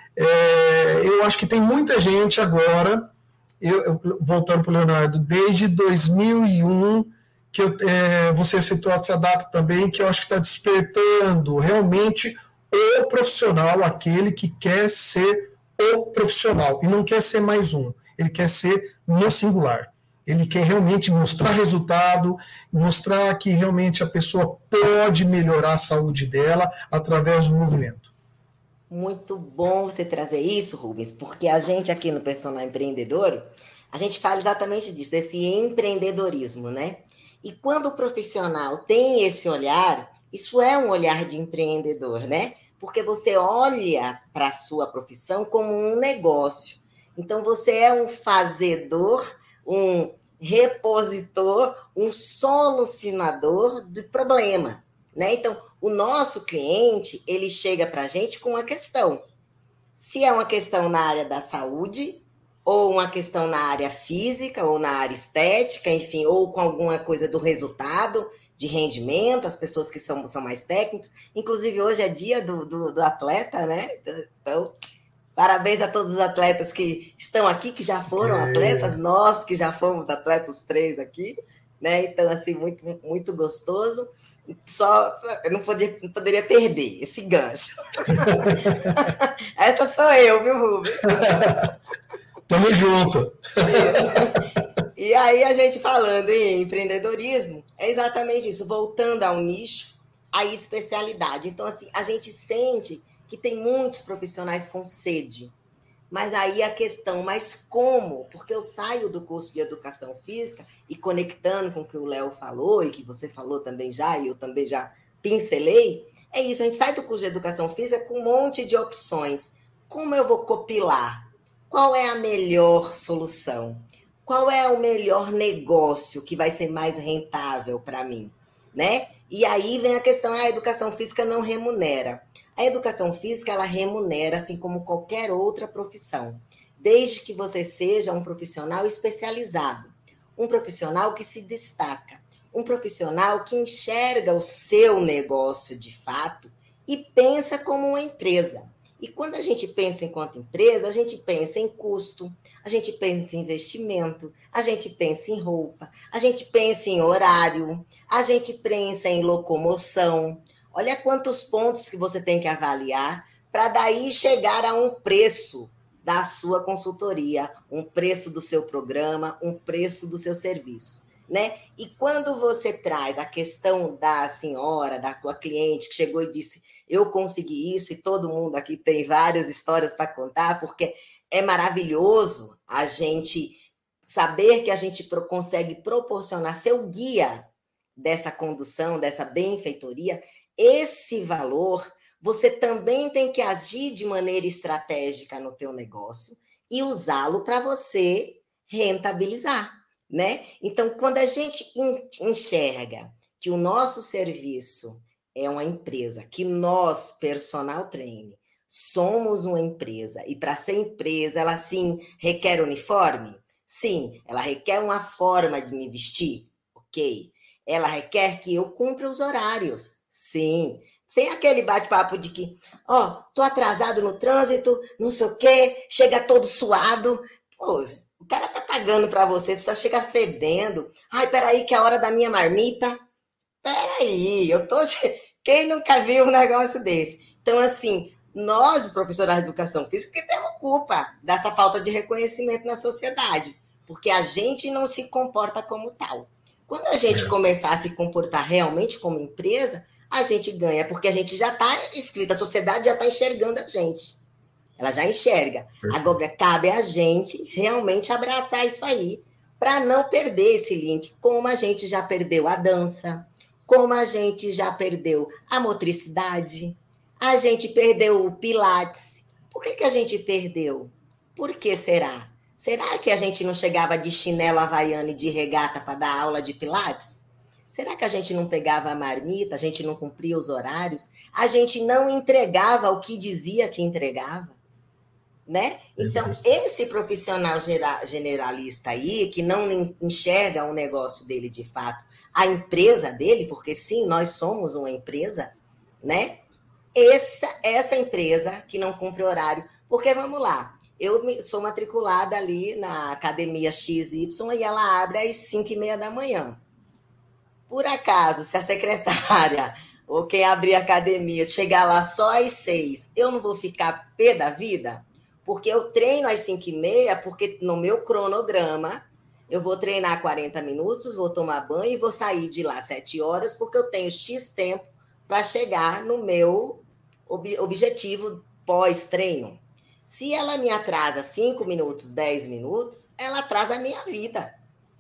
é, eu acho que tem muita gente agora, eu, voltando para o Leonardo, desde dois mil e um, que eu, é, você citou essa data também, que eu acho que está despertando realmente o profissional, aquele que quer ser o profissional, e não quer ser mais um, ele quer ser no singular. Ele quer realmente mostrar resultado, mostrar que realmente a pessoa pode melhorar a saúde dela através do movimento. Muito bom você trazer isso, Rubens, porque a gente aqui no Personal Empreendedor, a gente fala exatamente disso, desse empreendedorismo, né? E quando o profissional tem esse olhar, isso é um olhar de empreendedor, né? Porque você olha para a sua profissão como um negócio. Então, você é um fazedor, um repositor, um solucionador de problema, né? Então, o nosso cliente, ele chega para a gente com uma questão. Se é uma questão na área da saúde, ou uma questão na área física, ou na área estética, enfim, ou com alguma coisa do resultado, de rendimento, as pessoas que são, são mais técnicas. Inclusive, hoje é dia do, do, do atleta, né? Então, Parabéns a todos os atletas que estão aqui, que já foram é. atletas, nós que já fomos atletas, os três aqui, né? Então, assim, muito, muito gostoso. Só, eu não, podia, não poderia perder esse gancho. Essa sou eu, viu, Rubens? Tamo junto. Isso. E aí, a gente falando em empreendedorismo, é exatamente isso, voltando ao nicho, à especialidade. Então, assim, a gente sente que tem muitos profissionais com sede, mas aí a questão, mas como? Porque eu saio do curso de Educação Física e conectando com o que o Léo falou e que você falou também já, e eu também já pincelei, é isso, a gente sai do curso de Educação Física com um monte de opções. Como eu vou copilar? Qual é a melhor solução? Qual é o melhor negócio que vai ser mais rentável para mim? Né? E aí vem a questão, a educação física não remunera. A educação física, ela remunera, assim como qualquer outra profissão, desde que você seja um profissional especializado, um profissional que se destaca, um profissional que enxerga o seu negócio de fato e pensa como uma empresa. E quando a gente pensa enquanto empresa, a gente pensa em custo, a gente pensa em investimento, a gente pensa em roupa, a gente pensa em horário, a gente pensa em locomoção. Olha quantos pontos que você tem que avaliar para daí chegar a um preço da sua consultoria, um preço do seu programa, um preço do seu serviço, né? E quando você traz a questão da senhora, da tua cliente que chegou e disse, eu consegui isso, e todo mundo aqui tem várias histórias para contar, porque é maravilhoso a gente saber que a gente consegue proporcionar seu guia dessa condução, dessa benfeitoria. Esse valor, você também tem que agir de maneira estratégica no teu negócio e usá-lo para você rentabilizar, né? Então, quando a gente enxerga que o nosso serviço é uma empresa, que nós, personal trainer, somos uma empresa, e para ser empresa, ela sim requer uniforme? Sim. Ela requer uma forma de me vestir? Ok. Ela requer que eu cumpra os horários? Sim. Sem aquele bate-papo de que, ó, oh, tô atrasado no trânsito, não sei o quê, chega todo suado. Pô, o cara tá pagando para você, você só chega fedendo. Ai, peraí, que é a hora da minha marmita. Peraí, eu tô... Quem nunca viu um negócio desse? Então, assim, nós, os profissionais de educação física, que temos culpa dessa falta de reconhecimento na sociedade, porque a gente não se comporta como tal. Quando a gente começar a se comportar realmente como empresa, a gente ganha, porque a gente já está inscrito, a sociedade já está enxergando a gente. Ela já enxerga. Agora, cabe a gente realmente abraçar isso aí, para não perder esse link, como a gente já perdeu a dança, como a gente já perdeu a motricidade, a gente perdeu o pilates. Por que que a gente perdeu? Por que será? Será que a gente não chegava de chinelo havaiano e de regata para dar aula de pilates? Será que a gente não pegava a marmita, a gente não cumpria os horários? A gente não entregava o que dizia que entregava? Né? Então, esse profissional generalista aí, que não enxerga o negócio dele de fato, a empresa dele, porque sim, nós somos uma empresa, né? Essa, essa empresa que não cumpre horário, porque vamos lá, eu sou matriculada ali na academia X Y e ela abre às cinco e meia da manhã. Por acaso, se a secretária ou quem abrir a academia chegar lá só às seis, eu não vou ficar pé da vida? Porque eu treino às cinco e meia, porque no meu cronograma eu vou treinar quarenta minutos, vou tomar banho e vou sair de lá sete horas, porque eu tenho X tempo para chegar no meu ob- objetivo pós-treino. Se ela me atrasa cinco minutos, dez minutos, ela atrasa a minha vida.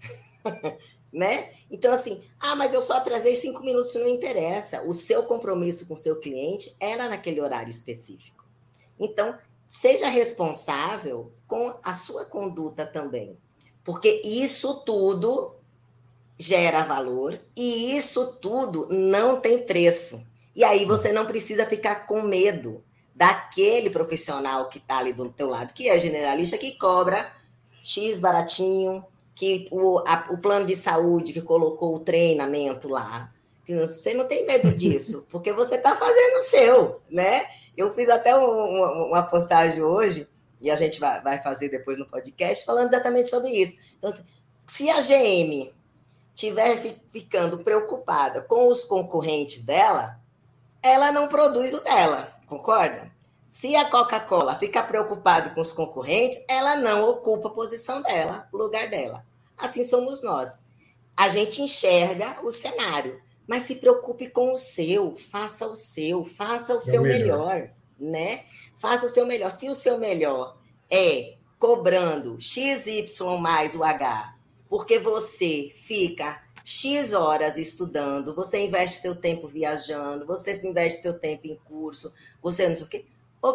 Né? Então, assim, ah, mas eu só atrasei cinco minutos, não interessa. O seu compromisso com o seu cliente era naquele horário específico. Então, seja responsável com a sua conduta também. Porque isso tudo gera valor e isso tudo não tem preço. E aí você não precisa ficar com medo daquele profissional que está ali do teu lado, que é generalista, que cobra X baratinho, que o, a, o plano de saúde que colocou o treinamento lá. Que você não tem medo disso, porque você está fazendo o seu, né? Eu fiz até um, uma, uma postagem hoje, e a gente vai, vai fazer depois no podcast, falando exatamente sobre isso. Então, se a G M estiver ficando preocupada com os concorrentes dela, ela não produz o dela, concorda? Se a Coca-Cola fica preocupada com os concorrentes, ela não ocupa a posição dela, o lugar dela. Assim somos nós. A gente enxerga o cenário, mas se preocupe com o seu, faça o seu, faça o seu melhor. melhor, né? Faça o seu melhor. Se o seu melhor é cobrando X Y mais o H, porque você fica X horas estudando, você investe seu tempo viajando, você investe seu tempo em curso, você não sei o quê,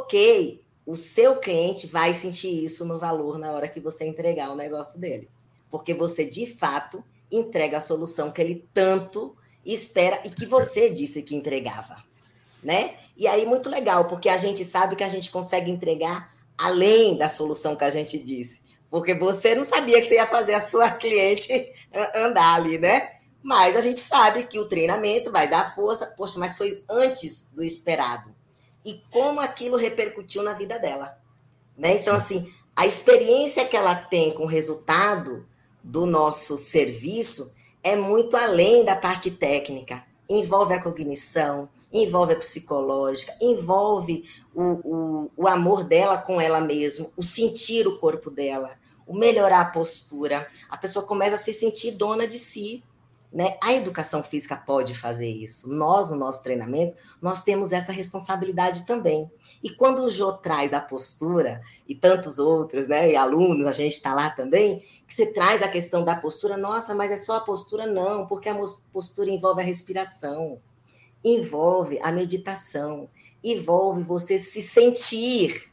ok, o seu cliente vai sentir isso no valor na hora que você entregar o negócio dele. Porque você, de fato, entrega a solução que ele tanto espera e que você disse que entregava, né? E aí, muito legal, porque a gente sabe que a gente consegue entregar além da solução que a gente disse. Porque você não sabia que você ia fazer a sua cliente andar ali, né? Mas a gente sabe que o treinamento vai dar força, poxa, mas foi antes do esperado. E como aquilo repercutiu na vida dela, né? Então, assim, a experiência que ela tem com o resultado do nosso serviço é muito além da parte técnica. Envolve a cognição, envolve a psicológica, envolve o, o, o amor dela com ela mesma, o sentir o corpo dela, o melhorar a postura. A pessoa começa a se sentir dona de si, né? A educação física pode fazer isso. Nós, no nosso treinamento, nós temos essa responsabilidade também. E quando o Jô traz a postura, e tantos outros, né, e alunos, a gente está lá também, que você traz a questão da postura, nossa, mas é só a postura? Não, porque a postura envolve a respiração, envolve a meditação, envolve você se sentir.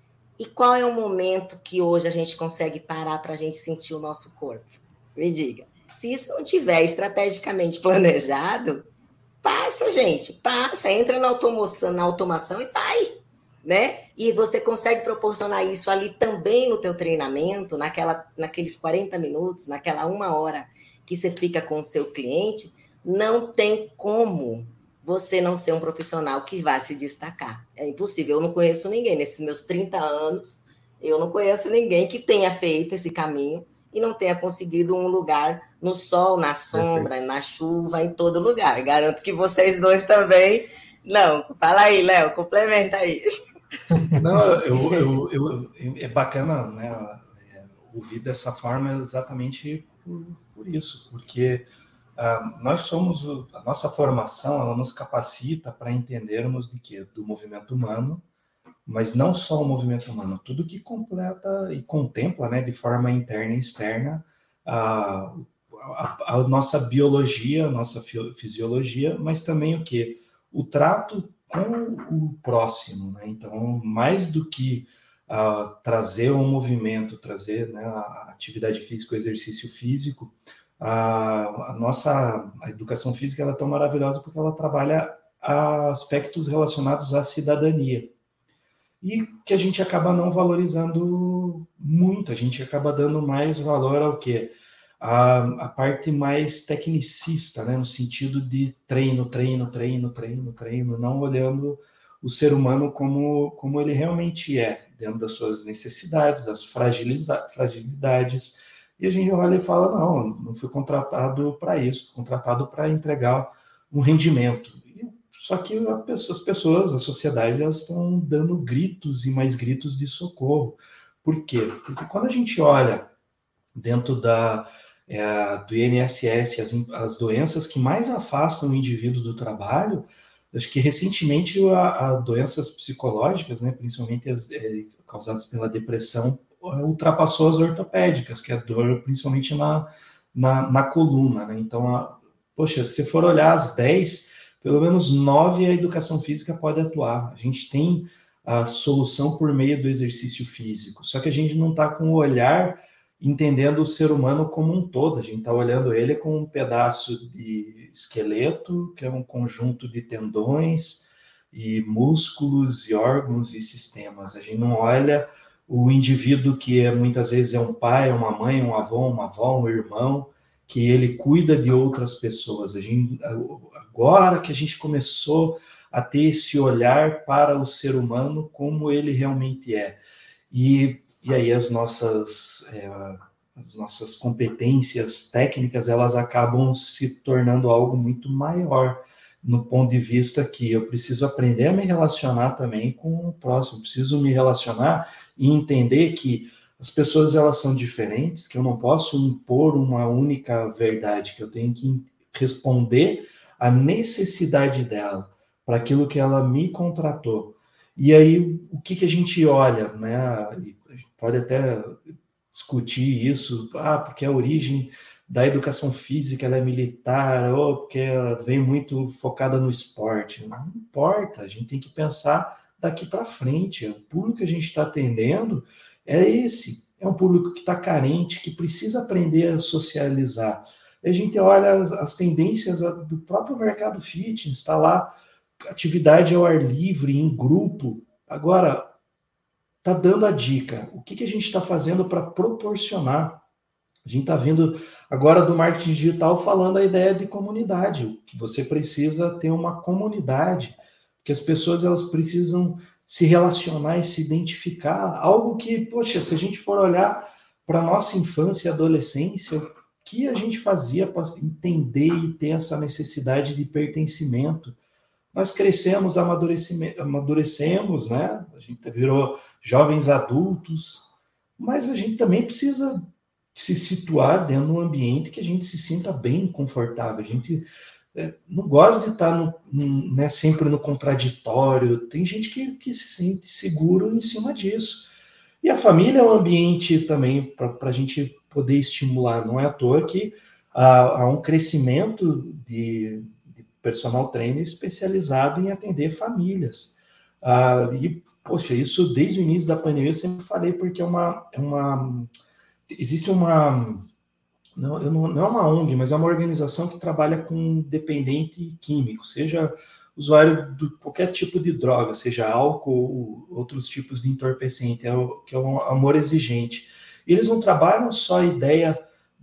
E qual é o momento que hoje a gente consegue parar para a gente sentir o nosso corpo? Me diga. Se isso não tiver estrategicamente planejado, passa, gente, passa, entra na automação, na automação e vai, né? E você consegue proporcionar isso ali também no teu treinamento, naquela, naqueles quarenta minutos, naquela uma hora que você fica com o seu cliente, não tem como você não ser um profissional que vai se destacar. É impossível, eu não conheço ninguém, nesses meus trinta anos, eu não conheço ninguém que tenha feito esse caminho e não tenha conseguido um lugar no sol, na sombra, Perfeito. Na chuva, em todo lugar. Garanto que vocês dois também. Não, fala aí, Léo, complementa aí. Não, eu, eu, eu, é bacana, né, ouvir dessa forma exatamente por, por isso, porque uh, nós somos, a nossa formação, ela nos capacita para entendermos de quê? Do movimento humano, mas não só o movimento humano, tudo que completa e contempla, né, de forma interna e externa, a, a, a nossa biologia, a nossa fisiologia, mas também o quê? O trato com o próximo, né? Então, mais do que uh, trazer um movimento, trazer, né, a atividade física, o exercício físico, a, a nossa a educação física ela é tão maravilhosa porque ela trabalha aspectos relacionados à cidadania. E que a gente acaba não valorizando muito, a gente acaba dando mais valor ao quê? A, a parte mais tecnicista, né? No sentido de treino, treino, treino, treino, treino, não olhando o ser humano como, como ele realmente é, dentro das suas necessidades, das fragilidades, e a gente olha e fala, não, não fui contratado para isso, fui contratado para entregar um rendimento. Só que as pessoas, a sociedade, elas estão dando gritos e mais gritos de socorro. Por quê? Porque quando a gente olha dentro da, é, do I N S S as, as doenças que mais afastam o indivíduo do trabalho, acho que recentemente a, a doenças psicológicas, né, principalmente as é, causadas pela depressão, ultrapassou as ortopédicas, que é a dor principalmente na, na, na coluna. Né? Então, a, poxa, se for olhar as dez... pelo menos nove a educação física pode atuar. A gente tem a solução por meio do exercício físico, só que a gente não está com o olhar entendendo o ser humano como um todo, a gente está olhando ele com um pedaço de esqueleto, que é um conjunto de tendões e músculos e órgãos e sistemas. A gente não olha o indivíduo que é, muitas vezes é um pai, uma mãe, um avô, uma avó, um irmão, que ele cuida de outras pessoas. A gente, agora que a gente começou a ter esse olhar para o ser humano como ele realmente é. E, e aí as nossas, é, as nossas competências técnicas, elas acabam se tornando algo muito maior, no ponto de vista que eu preciso aprender a me relacionar também com o próximo, preciso me relacionar e entender que as pessoas, elas são diferentes, que eu não posso impor uma única verdade, que eu tenho que responder à necessidade dela, para aquilo que ela me contratou. E aí, o que, que a gente olha, né? A gente pode até discutir isso, ah, porque a origem da educação física ela é militar, ou porque ela vem muito focada no esporte. Não importa, a gente tem que pensar daqui para frente. O público que a gente está atendendo é esse, é um público que está carente, que precisa aprender a socializar. E a gente olha as, as tendências do próprio mercado fitness, está lá, atividade ao ar livre, em grupo. Agora, está dando a dica, o que, que a gente está fazendo para proporcionar? A gente está vindo agora do marketing digital falando a ideia de comunidade, que você precisa ter uma comunidade, que as pessoas elas precisam se relacionar e se identificar, algo que, poxa, se a gente for olhar para a nossa infância e adolescência, o que a gente fazia para entender e ter essa necessidade de pertencimento? Nós crescemos, amadurecemos, né? A gente virou jovens adultos, mas a gente também precisa se situar dentro de um ambiente que a gente se sinta bem confortável. A gente é, não gosta de estar no, no, né, sempre no contraditório. Tem gente que, que se sente seguro em cima disso. E a família é um ambiente também para a gente poder estimular. Não é à toa que há, há um crescimento de, de personal trainer especializado em atender famílias. Ah, e, poxa, isso desde o início da pandemia eu sempre falei, porque é uma... É uma existe uma, não, não, não é uma O N G, mas é uma organização que trabalha com dependente químico, seja usuário de qualquer tipo de droga, seja álcool ou outros tipos de entorpecente, é o, que é um amor exigente. E eles não trabalham só a ideia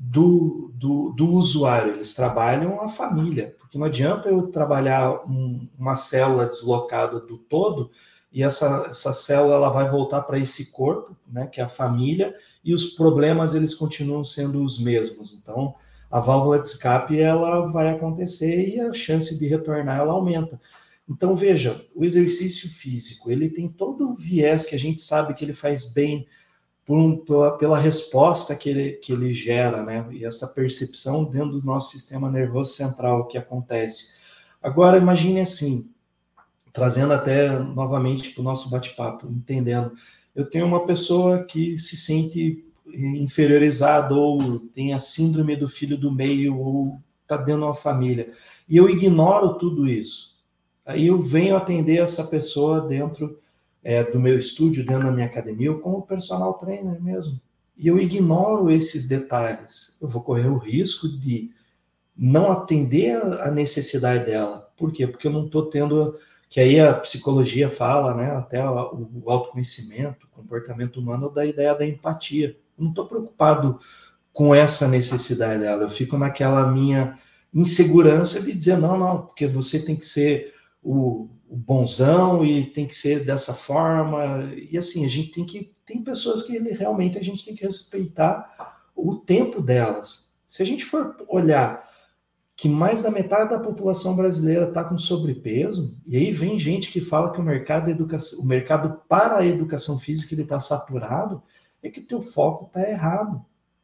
do, do, do usuário, eles trabalham a família, porque não adianta eu trabalhar um, uma célula deslocada do todo, e essa, essa célula ela vai voltar para esse corpo, né, que é a família, e os problemas eles continuam sendo os mesmos. Então, a válvula de escape ela vai acontecer e a chance de retornar ela aumenta. Então, veja, o exercício físico, ele tem todo o viés que a gente sabe que ele faz bem por um, pela, pela resposta que ele, que ele gera, né, e essa percepção dentro do nosso sistema nervoso central que acontece. Agora, imagine assim, trazendo até novamente para o nosso bate-papo, entendendo, eu tenho uma pessoa que se sente inferiorizada ou tem a síndrome do filho do meio ou está dentro de uma família, e eu ignoro tudo isso. Aí eu venho atender essa pessoa dentro é, do meu estúdio, dentro da minha academia, ou como personal trainer mesmo, e eu ignoro esses detalhes. Eu vou correr o risco de não atender a necessidade dela. Por quê? Porque eu não estou tendo... que aí a psicologia fala, né, até o autoconhecimento, o comportamento humano, da ideia da empatia. Eu não estou preocupado com essa necessidade dela, eu fico naquela minha insegurança de dizer, não, não, porque você tem que ser o, o bonzão e tem que ser dessa forma, e assim, a gente tem que, tem pessoas que ele, realmente a gente tem que respeitar o tempo delas. Se a gente for olhar que mais da metade da população brasileira está com sobrepeso, e aí vem gente que fala que o mercado, de educação, o mercado para a educação física está saturado, é que o teu foco está errado.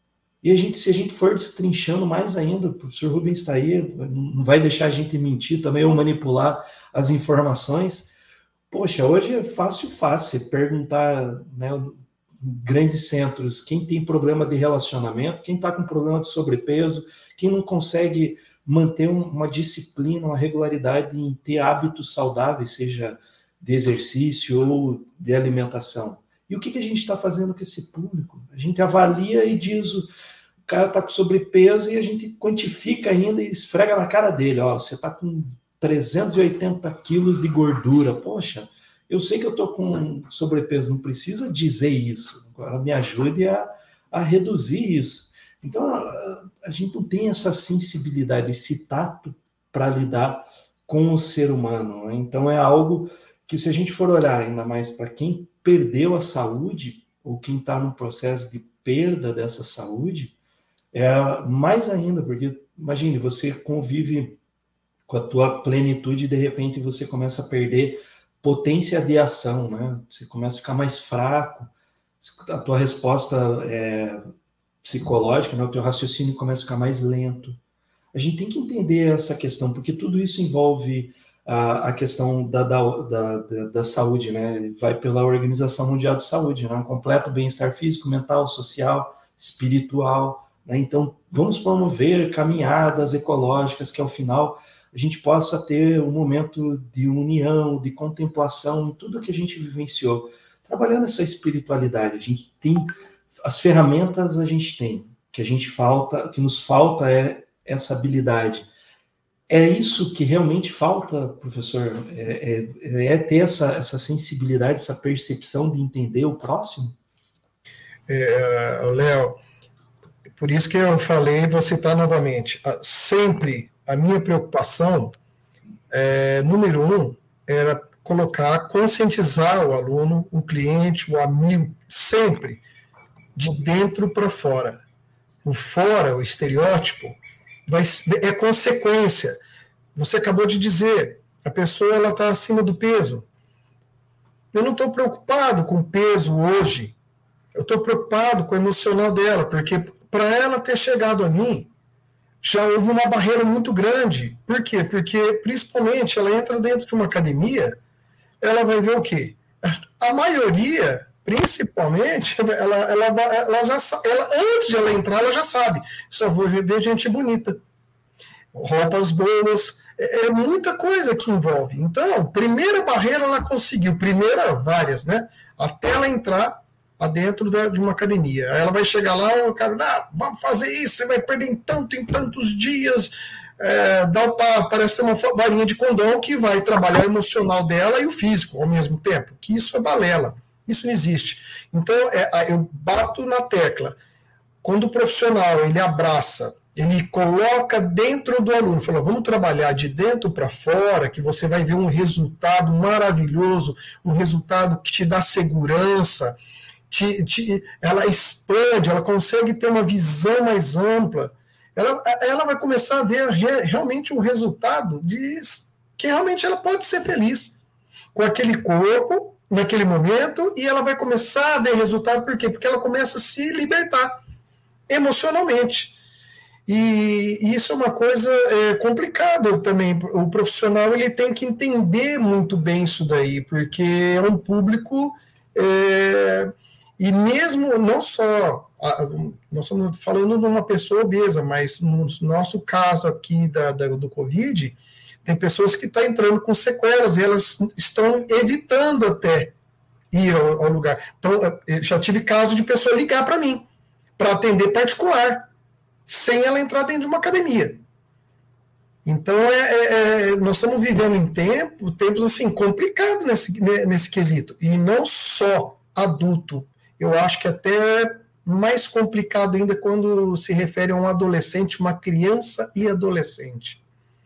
E a gente, se a gente for destrinchando mais ainda, o professor Rubens está aí, não vai deixar a gente mentir também ou manipular as informações. Poxa, hoje é fácil, fácil perguntar, né, grandes centros, quem tem problema de relacionamento, quem está com problema de sobrepeso, quem não consegue manter uma disciplina, uma regularidade em ter hábitos saudáveis, seja de exercício ou de alimentação. E o que, que a gente está fazendo com esse público? A gente avalia e diz, o cara está com sobrepeso e a gente quantifica ainda e esfrega na cara dele, ó, você está com trezentos e oitenta quilos de gordura. Poxa, eu sei que eu estou com sobrepeso, não precisa dizer isso. Agora me ajude a, a reduzir isso. Então, a, a gente não tem essa sensibilidade, esse tato para lidar com o ser humano, né? Então é algo que, se a gente for olhar ainda mais para quem perdeu a saúde, ou quem está num processo de perda dessa saúde, é mais ainda, porque imagine, você convive com a tua plenitude e de repente você começa a perder potência de ação, né? Você começa a ficar mais fraco, a tua resposta é, psicológica, né? O teu raciocínio começa a ficar mais lento. A gente tem que entender essa questão, porque tudo isso envolve a, a questão da, da, da, da, da saúde, né? Vai pela Organização Mundial de Saúde, né? Um completo bem-estar físico, mental, social, espiritual, né? Então, vamos promover caminhadas ecológicas que, ao final, a gente possa ter um momento de união, de contemplação em tudo que a gente vivenciou. Trabalhando essa espiritualidade, a gente tem as ferramentas, a gente tem, que a gente falta, que nos falta é essa habilidade. É isso que realmente falta, professor? É, é, é ter essa, essa sensibilidade, essa percepção de entender o próximo? É, Léo, por isso que eu falei, vou citar novamente, sempre a minha preocupação, é, número um, era colocar, conscientizar o aluno, o cliente, o amigo, sempre de dentro para fora. O fora, o estereótipo, vai, é consequência. Você acabou de dizer, a pessoa ela está acima do peso. Eu não estou preocupado com o peso hoje, eu estou preocupado com o emocional dela, porque para ela ter chegado a mim, já houve uma barreira muito grande. Por quê? Porque, principalmente, ela entra dentro de uma academia, ela vai ver o quê? A maioria, principalmente, ela, ela, ela já ela, antes de ela entrar, ela já sabe. Só vou ver gente bonita, roupas boas, é, é muita coisa que envolve. Então, primeira barreira ela conseguiu, primeira, várias, né? Até ela entrar dentro da, de uma academia. Aí ela vai chegar lá, o cara, ah, vamos fazer isso, você vai perder em tanto, em tantos dias, é, dá o, parece ter uma varinha de condão que vai trabalhar o emocional dela e o físico ao mesmo tempo, que isso é balela, isso não existe. Então, é, eu bato na tecla, quando o profissional, ele abraça, ele coloca dentro do aluno, fala, vamos trabalhar de dentro para fora, que você vai ver um resultado maravilhoso, um resultado que te dá segurança, Te, te, ela expande, ela consegue ter uma visão mais ampla, ela, ela vai começar a ver re, realmente o resultado de que realmente ela pode ser feliz com aquele corpo, naquele momento, e ela vai começar a ver resultado, por quê? Porque ela começa a se libertar emocionalmente. E, e isso é uma coisa é, complicada também. O profissional ele tem que entender muito bem isso daí, porque é um público... É, e mesmo, não só, nós estamos falando de uma pessoa obesa, mas no nosso caso aqui da, da, do Covid, tem pessoas que estão entrando com sequelas e elas estão evitando até ir ao, ao lugar. Então, eu já tive caso de pessoa ligar para mim, para atender particular, sem ela entrar dentro de uma academia. Então, é, é, nós estamos vivendo em tempo, tempos assim, complicados nesse, nesse quesito. E não só adulto, eu acho que até mais complicado ainda quando se refere a um adolescente, uma criança e adolescente.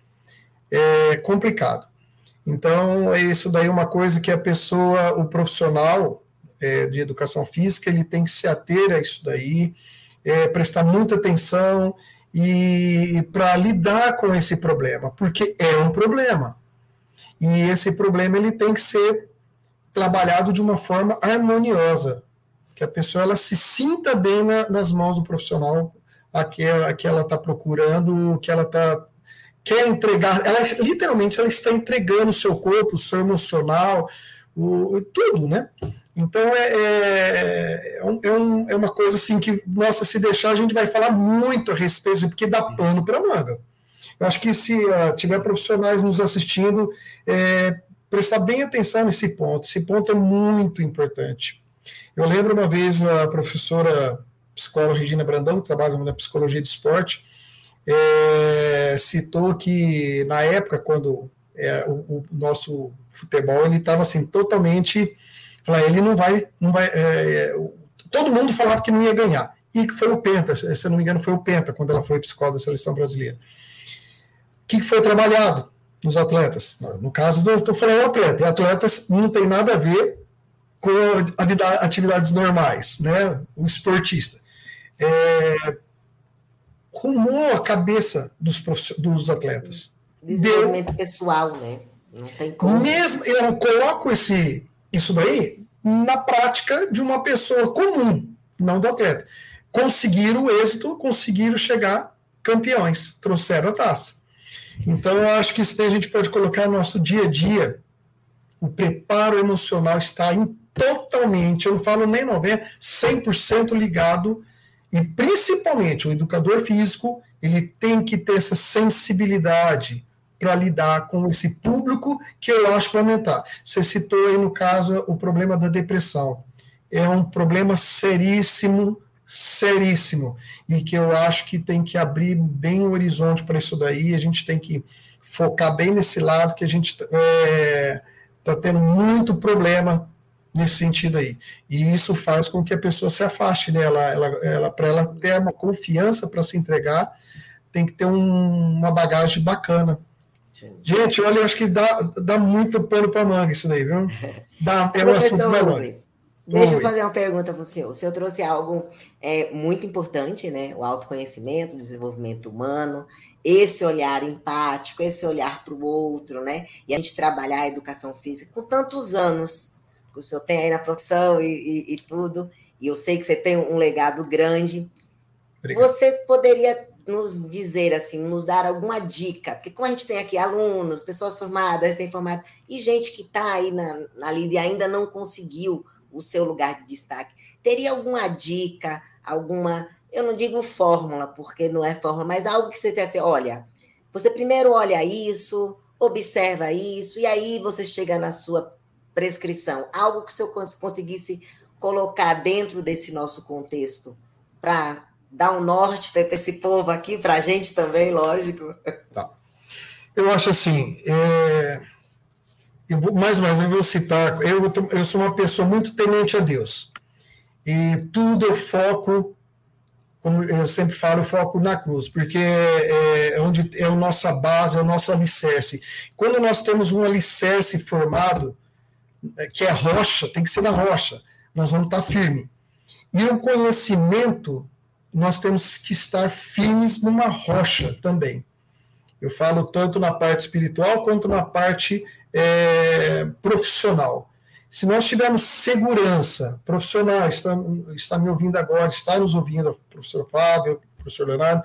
É complicado. Então, isso daí é uma coisa que a pessoa, o profissional é, de educação física, ele tem que se ater a isso daí, é, prestar muita atenção e para lidar com esse problema, porque é um problema. E esse problema ele tem que ser trabalhado de uma forma harmoniosa, que a pessoa ela se sinta bem na, nas mãos do profissional a que ela que ela está procurando, que ela tá, quer entregar, ela literalmente ela está entregando o seu corpo, o seu emocional, o, tudo, né? Então é, é, é, um, é uma coisa assim que, nossa, se deixar a gente vai falar muito a respeito, porque dá pano para manga. Eu acho que se uh, tiver profissionais nos assistindo, é, prestar bem atenção nesse ponto, esse ponto é muito importante. Eu lembro uma vez a professora psicóloga Regina Brandão, que trabalha na psicologia de esporte, é, citou que na época, quando é, o, o nosso futebol ele estava assim, totalmente, ele não vai, não vai é, todo mundo falava que não ia ganhar, e que foi o Penta, se eu não me engano foi o Penta, quando ela foi psicóloga da seleção brasileira. O que foi trabalhado? nos atletas. No caso, eu estou falando atleta, e atletas não tem nada a ver com atividades normais, né? O esportista. É, rumou a cabeça dos, dos atletas. Desenvolvimento Deu, pessoal, né? Não tem como. Mesmo, eu coloco esse, isso daí na prática de uma pessoa comum, não do atleta. Conseguiram o êxito, conseguiram chegar campeões, trouxeram a taça. Então, eu acho que isso daí a gente pode colocar no nosso dia a dia. O preparo emocional está em totalmente, eu não falo nem noventa, cem por cento ligado, e principalmente o educador físico, ele tem que ter essa sensibilidade para lidar com esse público que eu acho que vai aumentar. Você citou aí, no caso, o problema da depressão. É um problema seríssimo, seríssimo, e que eu acho que tem que abrir bem o horizonte para isso daí, a gente tem que focar bem nesse lado, que a gente está é, tendo muito problema nesse sentido aí. E isso faz com que a pessoa se afaste, né? Ela, ela, ela, para ela ter uma confiança para se entregar, tem que ter um, uma bagagem bacana. Gente, olha, eu acho que dá, dá muito pano para manga isso daí, viu? Dá, é um assunto menor. Deixa eu fazer uma pergunta para o senhor. O senhor trouxe algo é, muito importante, né? O autoconhecimento, o desenvolvimento humano, esse olhar empático, esse olhar para o outro, né? E a gente trabalhar a educação física com tantos anos que o senhor tem aí na profissão e, e, e tudo, e eu sei que você tem um legado grande. Obrigado. Você poderia nos dizer, assim, nos dar alguma dica? Porque como a gente tem aqui alunos, pessoas formadas, recém-formadas, e gente que está aí na, na lida e ainda não conseguiu o seu lugar de destaque, teria alguma dica, alguma, eu não digo fórmula, porque não é fórmula, mas algo que você dissesse, olha, você primeiro olha isso, observa isso, e aí você chega na sua prescrição, algo que o senhor conseguisse colocar dentro desse nosso contexto, para dar um norte para esse povo aqui, para a gente também, lógico. Tá. Eu acho assim, é... eu vou, mais uma vez eu vou citar, eu, eu sou uma pessoa muito temente a Deus, e tudo eu foco, como eu sempre falo, eu foco na cruz, porque é, é onde é a nossa base, é o nosso alicerce. Quando nós temos um alicerce formado, que é rocha, tem que ser na rocha, nós vamos estar firmes. E o conhecimento, nós temos que estar firmes numa rocha também. Eu falo tanto na parte espiritual quanto na parte é, profissional. Se nós tivermos segurança profissional, está, está me ouvindo agora, está nos ouvindo, o professor Fábio, o professor Leonardo,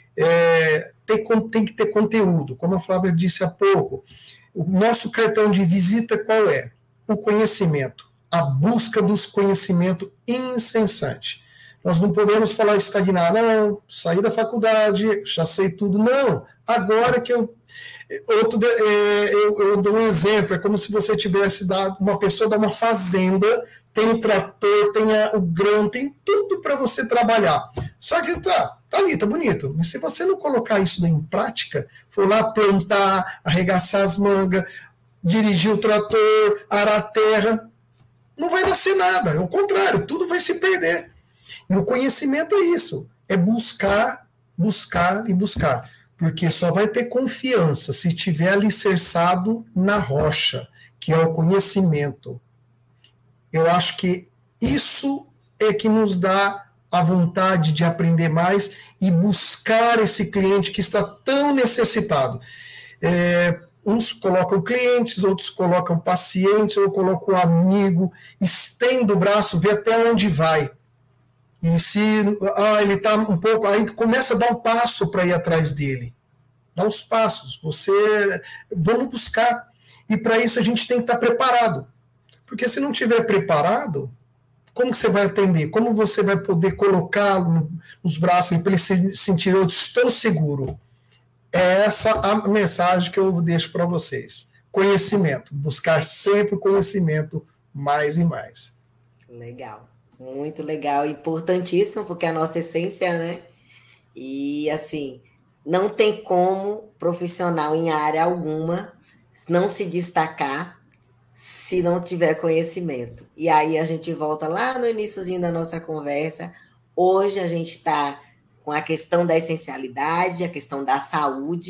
é, tem, tem que ter conteúdo. Como a Flávia disse há pouco, o nosso cartão de visita qual é? O conhecimento, a busca dos conhecimentos incessante. Nós não podemos falar estagnar, não, sair da faculdade, já sei tudo, não. Agora que eu... Outro, é, eu, eu dou um exemplo, é como se você tivesse dado, uma pessoa dá uma fazenda, tem o trator, tem a, o grão, tem tudo para você trabalhar. Só que tá, tá ali, tá bonito. Mas se você não colocar isso em prática, for lá plantar, arregaçar as mangas, dirigir o trator, arar a terra, não vai nascer nada. Ao contrário, tudo vai se perder. E o conhecimento é isso, é buscar, buscar e buscar. Porque só vai ter confiança se estiver alicerçado na rocha, que é o conhecimento. Eu acho que isso é que nos dá a vontade de aprender mais e buscar esse cliente que está tão necessitado. É, uns colocam clientes, outros colocam pacientes, ou colocam amigo, estende o braço, vê até onde vai. E se ah, ele está um pouco, aí começa a dar um passo para ir atrás dele. Dá os passos, você vamos buscar. E para isso a gente tem que estar preparado. Porque se não estiver preparado, como que você vai atender? Como você vai poder colocá-lo nos braços para ele se sentir, eu estou seguro? É essa a mensagem que eu deixo para vocês. Conhecimento, buscar sempre o conhecimento mais e mais. Legal. Muito legal, importantíssimo, porque é a nossa essência, né? E, assim, não tem como profissional em área alguma não se destacar se não tiver conhecimento. E aí a gente volta lá no iniciozinho da nossa conversa. Hoje a gente está com a questão da essencialidade, a questão da saúde,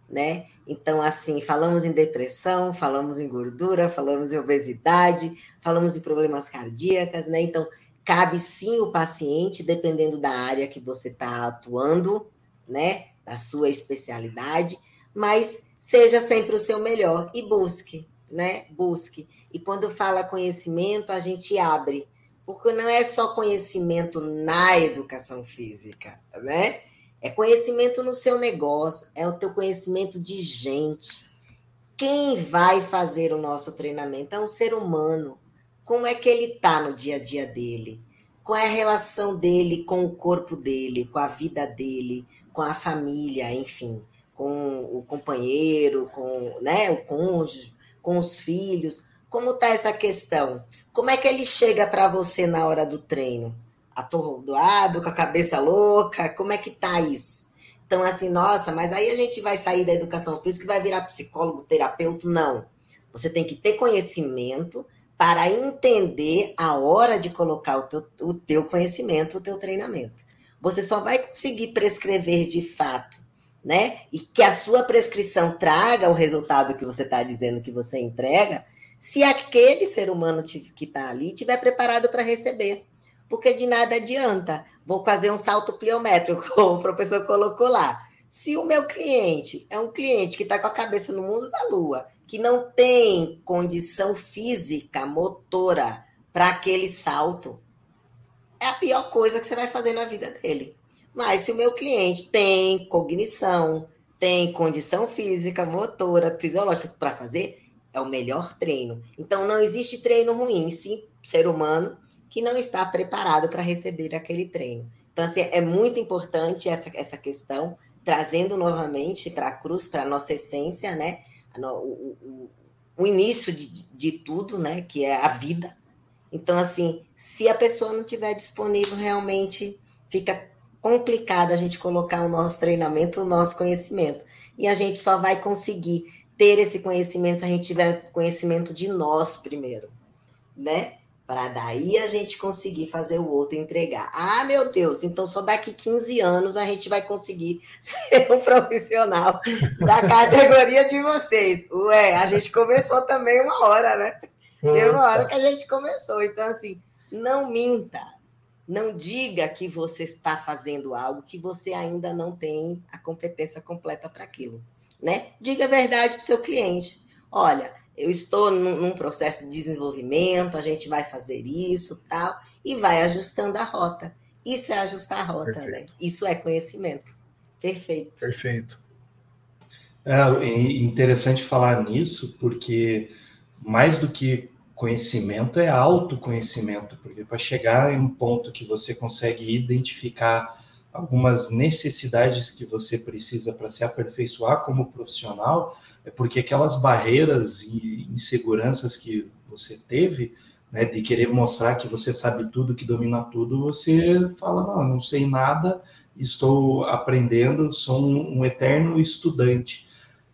né? Então, assim, falamos em depressão, falamos em gordura, falamos em obesidade, falamos em problemas cardíacos, né? Então, cabe sim o paciente, dependendo da área que você está atuando, né? Da sua especialidade, mas seja sempre o seu melhor e busque, né? Busque. E quando fala conhecimento, a gente abre, porque não é só conhecimento na educação física, né? É conhecimento no seu negócio, é o teu conhecimento de gente. Quem vai fazer o nosso treinamento é um ser humano. Como é que ele está no dia a dia dele? Qual é a relação dele com o corpo dele, com a vida dele, com a família, enfim, com o companheiro, com, né, o cônjuge, com os filhos. Como está essa questão? Como é que ele chega para você na hora do treino? Atordoado, com a cabeça louca? Como é que tá isso? Então, assim, nossa, mas aí a gente vai sair da educação física e vai virar psicólogo, terapeuta? Não. Você tem que ter conhecimento para entender a hora de colocar o teu, o teu conhecimento, o teu treinamento. Você só vai conseguir prescrever de fato, né? E que a sua prescrição traga o resultado que você está dizendo que você entrega, se aquele ser humano que está ali estiver preparado para receber. Porque de nada adianta. Vou fazer um salto pliométrico, como o professor colocou lá. Se o meu cliente é um cliente que está com a cabeça no mundo da lua, que não tem condição física, motora, para aquele salto, é a pior coisa que você vai fazer na vida dele. Mas se o meu cliente tem cognição, tem condição física, motora, fisiológica para fazer, é o melhor treino. Então, não existe treino ruim, sim, ser humano que não está preparado para receber aquele treino. Então, assim, é muito importante essa, essa questão, trazendo novamente para a cruz, para a nossa essência, né? O, o, o início de, de tudo, né? Que é a vida. Então, assim, se a pessoa não estiver disponível, realmente fica complicado a gente colocar o nosso treinamento, o nosso conhecimento. E a gente só vai conseguir ter esse conhecimento se a gente tiver conhecimento de nós primeiro, né? Para daí a gente conseguir fazer o outro entregar. Ah, meu Deus, então só daqui quinze anos a gente vai conseguir ser um profissional da categoria de vocês. Ué, a gente começou também uma hora, né? Teve uma hora que a gente começou. Então, assim, não minta. Não diga que você está fazendo algo que você ainda não tem a competência completa para aquilo, né? Diga a verdade para o seu cliente. Olha, eu estou num, num processo de desenvolvimento, a gente vai fazer isso, tal, e vai ajustando a rota. Isso é ajustar a rota, Perfeito. Né? Isso é conhecimento. Perfeito. Perfeito. É interessante falar nisso, porque mais do que conhecimento é autoconhecimento, porque para chegar em um ponto que você consegue identificar algumas necessidades que você precisa para se aperfeiçoar como profissional, é porque aquelas barreiras e inseguranças que você teve, né, de querer mostrar que você sabe tudo, que domina tudo, você fala, não, não sei nada, estou aprendendo, sou um, um eterno estudante.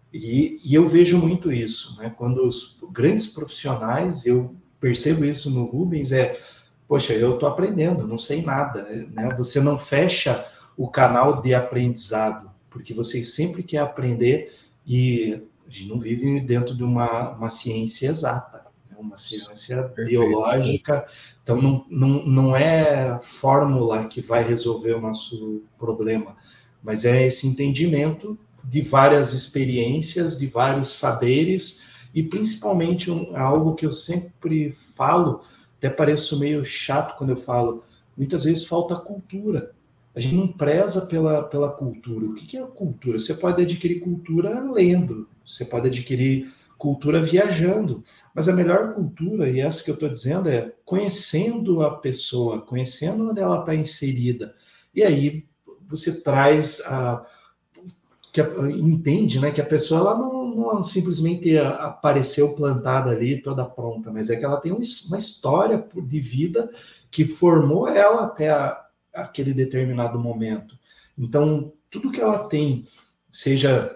E, e eu vejo muito isso, né? Quando os grandes profissionais, eu percebo isso no Rubens, é, poxa, eu estou aprendendo, não sei nada, né? Você não fecha o canal de aprendizado, porque você sempre quer aprender e a gente não vive dentro de uma, uma ciência exata, né? Uma ciência Perfeito. Biológica, então não, não, não é fórmula que vai resolver o nosso problema, mas é esse entendimento de várias experiências, de vários saberes, e principalmente um, algo que eu sempre falo, até pareço meio chato quando eu falo, muitas vezes falta cultura. A gente não preza pela, pela cultura. O que, que é a cultura? Você pode adquirir cultura lendo, você pode adquirir cultura viajando, mas a melhor cultura, e essa que eu estou dizendo, é conhecendo a pessoa, conhecendo onde ela está inserida. E aí você traz a... que entende, né, que a pessoa ela não, não simplesmente apareceu plantada ali, toda pronta, mas é que ela tem uma história de vida que formou ela até a, aquele determinado momento. Então, tudo que ela tem, seja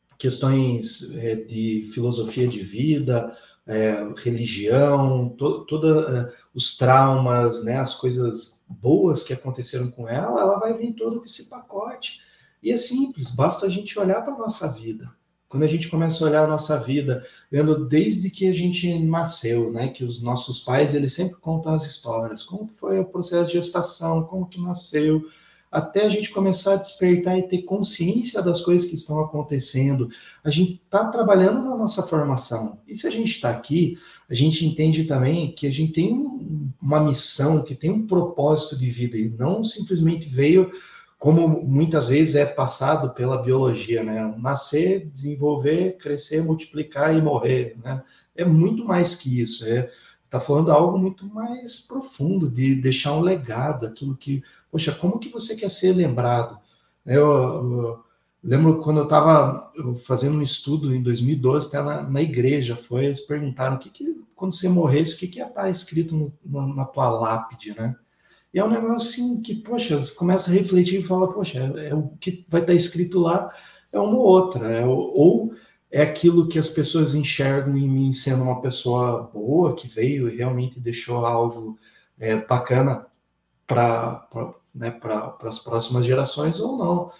questões é, de filosofia de vida, é, religião, to, toda, é, os traumas, né, as coisas boas que aconteceram com ela, ela vai vir todo com esse pacote. E é simples, basta a gente olhar para a nossa vida. quando a gente começa a olhar a nossa vida, vendo desde que a gente nasceu, né, que os nossos pais, eles sempre contam as histórias, como que foi o processo de gestação, como que nasceu, até a gente começar a despertar e ter consciência das coisas que estão acontecendo. A gente está trabalhando na nossa formação. E se a gente está aqui, a gente entende também que a gente tem um, uma missão, que tem um propósito de vida, e não simplesmente veio, como muitas vezes é passado pela biologia, né? Nascer, desenvolver, crescer, multiplicar e morrer, né? É muito mais que isso, é... Está falando algo muito mais profundo, de deixar um legado, aquilo que... Poxa, como que você quer ser lembrado? Eu, eu lembro quando eu estava fazendo um estudo em dois mil e doze, até na, na igreja, foi, eles perguntaram, o que que, quando você morresse, o que que ia estar escrito no, na, na tua lápide, né? E é um negócio assim que, poxa, você começa a refletir e fala, poxa, é, é o que vai estar escrito lá é uma ou outra, é, ou... é aquilo que as pessoas enxergam em mim sendo uma pessoa boa, que veio e realmente deixou algo é, bacana para né, para as próximas gerações, ou não.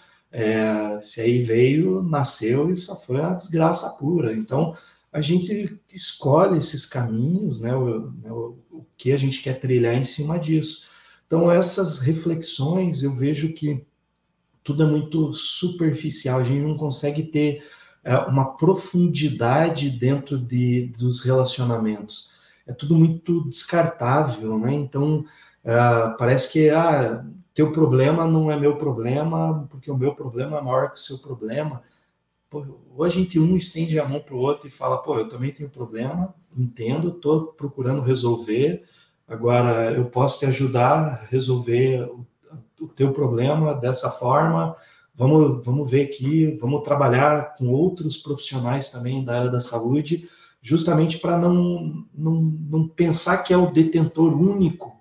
É, se aí veio, nasceu e só foi uma desgraça pura. Então, a gente escolhe esses caminhos, né, o, o, o que a gente quer trilhar em cima disso. Então, essas reflexões, eu vejo que tudo é muito superficial, a gente não consegue ter uma profundidade dentro de, dos relacionamentos. É tudo muito descartável, né? Então, uh, parece que ah, teu problema não é meu problema, porque o meu problema é maior que o seu problema. Pô, ou a gente um estende a mão para o outro e fala, pô, eu também tenho problema, entendo, estou procurando resolver, agora eu posso te ajudar a resolver o, o teu problema dessa forma. Vamos, vamos ver aqui, vamos trabalhar com outros profissionais também da área da saúde, justamente para não, não, não pensar que é o detentor único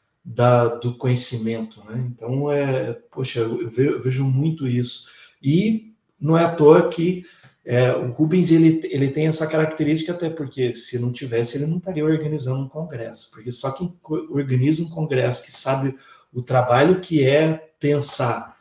da, do conhecimento, né? Então, é, poxa, eu vejo, eu vejo muito isso. E não é à toa que é, o Rubens ele, ele tem essa característica, até porque se não tivesse, ele não estaria organizando um congresso, porque só quem organiza um congresso, que sabe o trabalho que é pensar,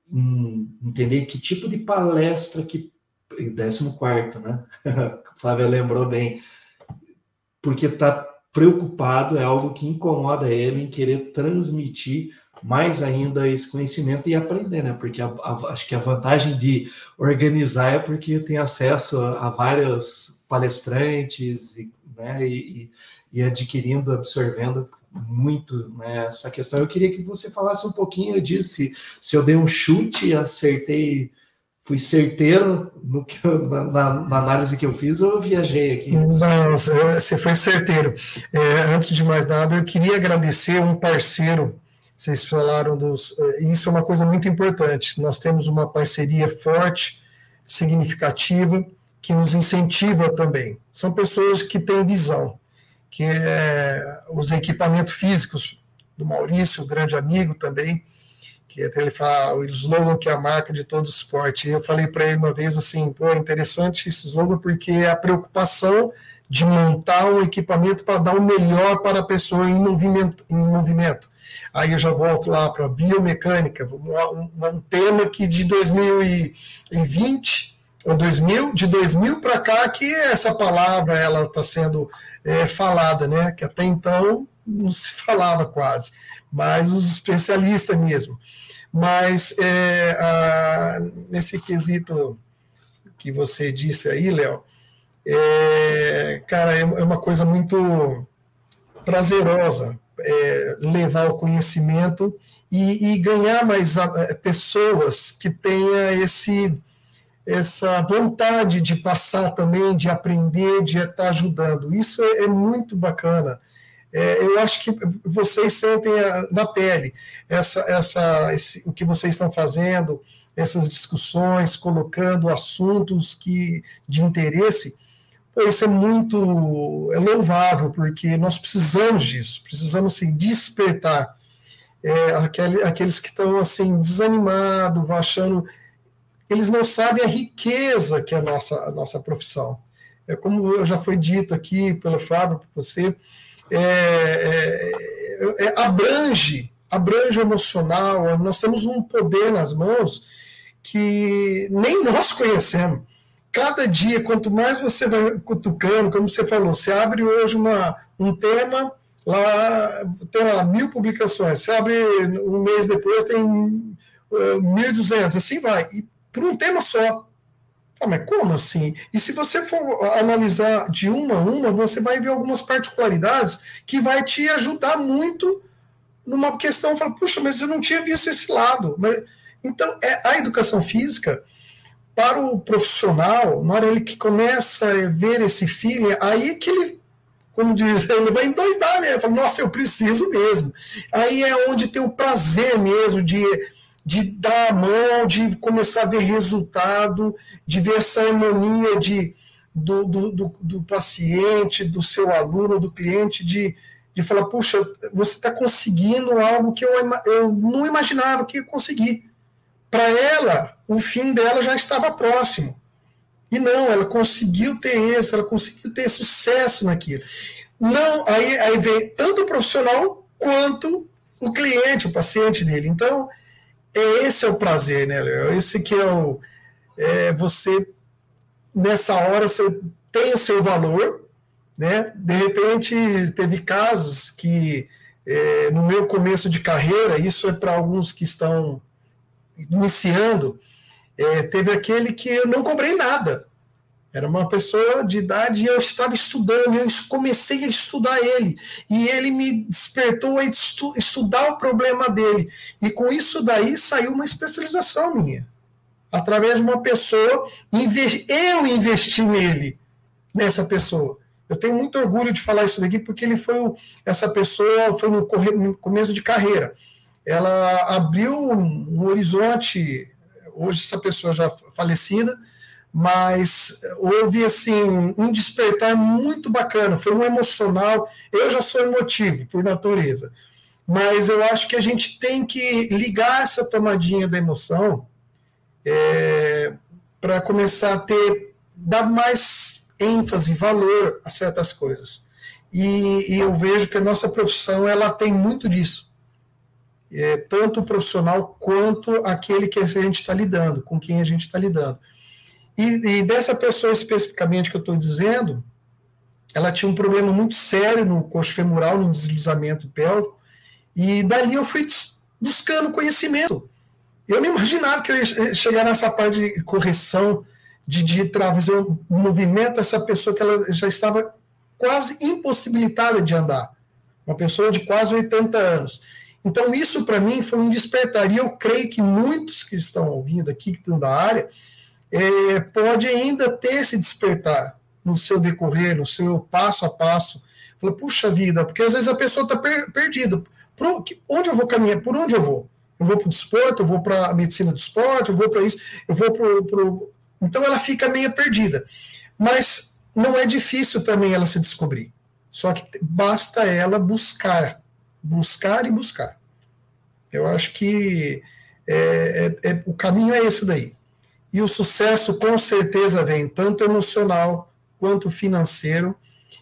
entender que tipo de palestra que... décimo quarto, né? Flávia lembrou bem. Porque está preocupado, é algo que incomoda ele em querer transmitir mais ainda esse conhecimento e aprender, né? Porque a, a, acho que a vantagem de organizar é porque tem acesso a, a vários palestrantes e, né, e, e adquirindo, absorvendo muito, né, essa questão. Eu queria que você falasse um pouquinho disso, se, se eu dei um chute, acertei, fui certeiro no que eu, na, na análise que eu fiz, ou eu viajei aqui? Não, você foi certeiro. É, antes de mais nada, eu queria agradecer um parceiro. Vocês falaram dos... Isso é uma coisa muito importante. Nós temos uma parceria forte, significativa, que nos incentiva também. São pessoas que têm visão, que é os equipamentos físicos do Maurício, grande amigo também, que até ele fala o slogan que é a marca de todo esporte. E eu falei para ele uma vez assim, pô, é interessante esse slogan porque é a preocupação de montar um equipamento para dar o melhor para a pessoa em movimento. Em movimento. Aí eu já volto lá para a biomecânica, um, um tema que de dois mil e vinte, ou dois mil, de dois mil para cá, que essa palavra ela está sendo é, falada, né? Que até então não se falava quase, mas os especialistas mesmo. Mas é, a, nesse quesito que você disse aí, Léo, é, cara, é uma coisa muito prazerosa é, levar o conhecimento e, e ganhar mais a, pessoas que tenham esse, essa vontade de passar também, de aprender, de estar ajudando. Isso é, é muito bacana. É, eu acho que vocês sentem na pele essa, essa, esse, o que vocês estão fazendo, essas discussões, colocando assuntos que, de interesse. Pô, isso é muito é louvável, porque nós precisamos disso, precisamos assim, despertar é, aquele, aqueles que estão assim, desanimados, achando. Eles não sabem a riqueza que é a nossa, a nossa profissão. É como já foi dito aqui pelo Fábio, por você. É, é, é, abrange, abrange o emocional, nós temos um poder nas mãos que nem nós conhecemos, cada dia, quanto mais você vai cutucando, como você falou, você abre hoje uma, um tema, lá tem lá mil publicações, você abre um mês depois, tem uh, mil e duzentos, assim vai, e por um tema só. Ah, mas como assim? E se você for analisar de uma a uma, você vai ver algumas particularidades que vai te ajudar muito numa questão, fala, puxa, mas eu não tinha visto esse lado. Mas, então, é, a educação física, para o profissional, na hora ele que começa a ver esse feeling, aí que ele, como diz, ele vai endoidar mesmo, fala, nossa, eu preciso mesmo. Aí é onde tem o prazer mesmo de... de dar a mão, de começar a ver resultado, de ver essa harmonia de, do, do, do, do paciente, do seu aluno, do cliente, de, de falar, puxa, você está conseguindo algo que eu, eu não imaginava que ia conseguir. Para ela, o fim dela já estava próximo. E não, ela conseguiu ter êxito, ela conseguiu ter sucesso naquilo. Não, aí, aí vem tanto o profissional quanto o cliente, o paciente dele. Então, esse é o prazer, né, Léo? Esse que é o... É, você, nessa hora, você tem o seu valor, né? De repente, teve casos que, é, no meu começo de carreira, isso é para alguns que estão iniciando, é, teve aquele que eu não cobrei nada. Era uma pessoa de idade e eu estava estudando, eu comecei a estudar ele, e ele me despertou a estu estudar o problema dele, e com isso daí saiu uma especialização minha, através de uma pessoa, eu investi nele, nessa pessoa. Eu tenho muito orgulho de falar isso daqui, porque ele foi, essa pessoa foi no, no começo de carreira, ela abriu um horizonte, hoje essa pessoa já falecida, mas houve assim um despertar muito bacana, foi um emocional. Eu já sou emotivo por natureza, mas eu acho que a gente tem que ligar essa tomadinha da emoção é, para começar a ter, dar mais ênfase, valor a certas coisas, e, e eu vejo que a nossa profissão ela tem muito disso, é, tanto o profissional quanto aquele que a gente está lidando, com quem a gente está lidando. E, e dessa pessoa especificamente que eu estou dizendo, ela tinha um problema muito sério no coxo femoral, no deslizamento pélvico, e dali eu fui buscando conhecimento. Eu não imaginava que eu ia chegar nessa parte de correção, de, de trazer um movimento, essa pessoa que ela já estava quase impossibilitada de andar, uma pessoa de quase oitenta anos. Então isso para mim foi um despertar, e eu creio que muitos que estão ouvindo aqui, que estão da área, É, pode ainda ter esse despertar no seu decorrer, no seu passo a passo. Fala, puxa vida, porque às vezes a pessoa está per perdida. Por onde eu vou caminhar? Por onde eu vou? Eu vou para o desporto, eu vou para a medicina do esporte, eu vou para isso, eu vou para pro... Então ela fica meio perdida. Mas não é difícil também ela se descobrir. Só que basta ela buscar, buscar e buscar. Eu acho que é, é, é, o caminho é esse daí. E o sucesso com certeza vem tanto emocional quanto financeiro,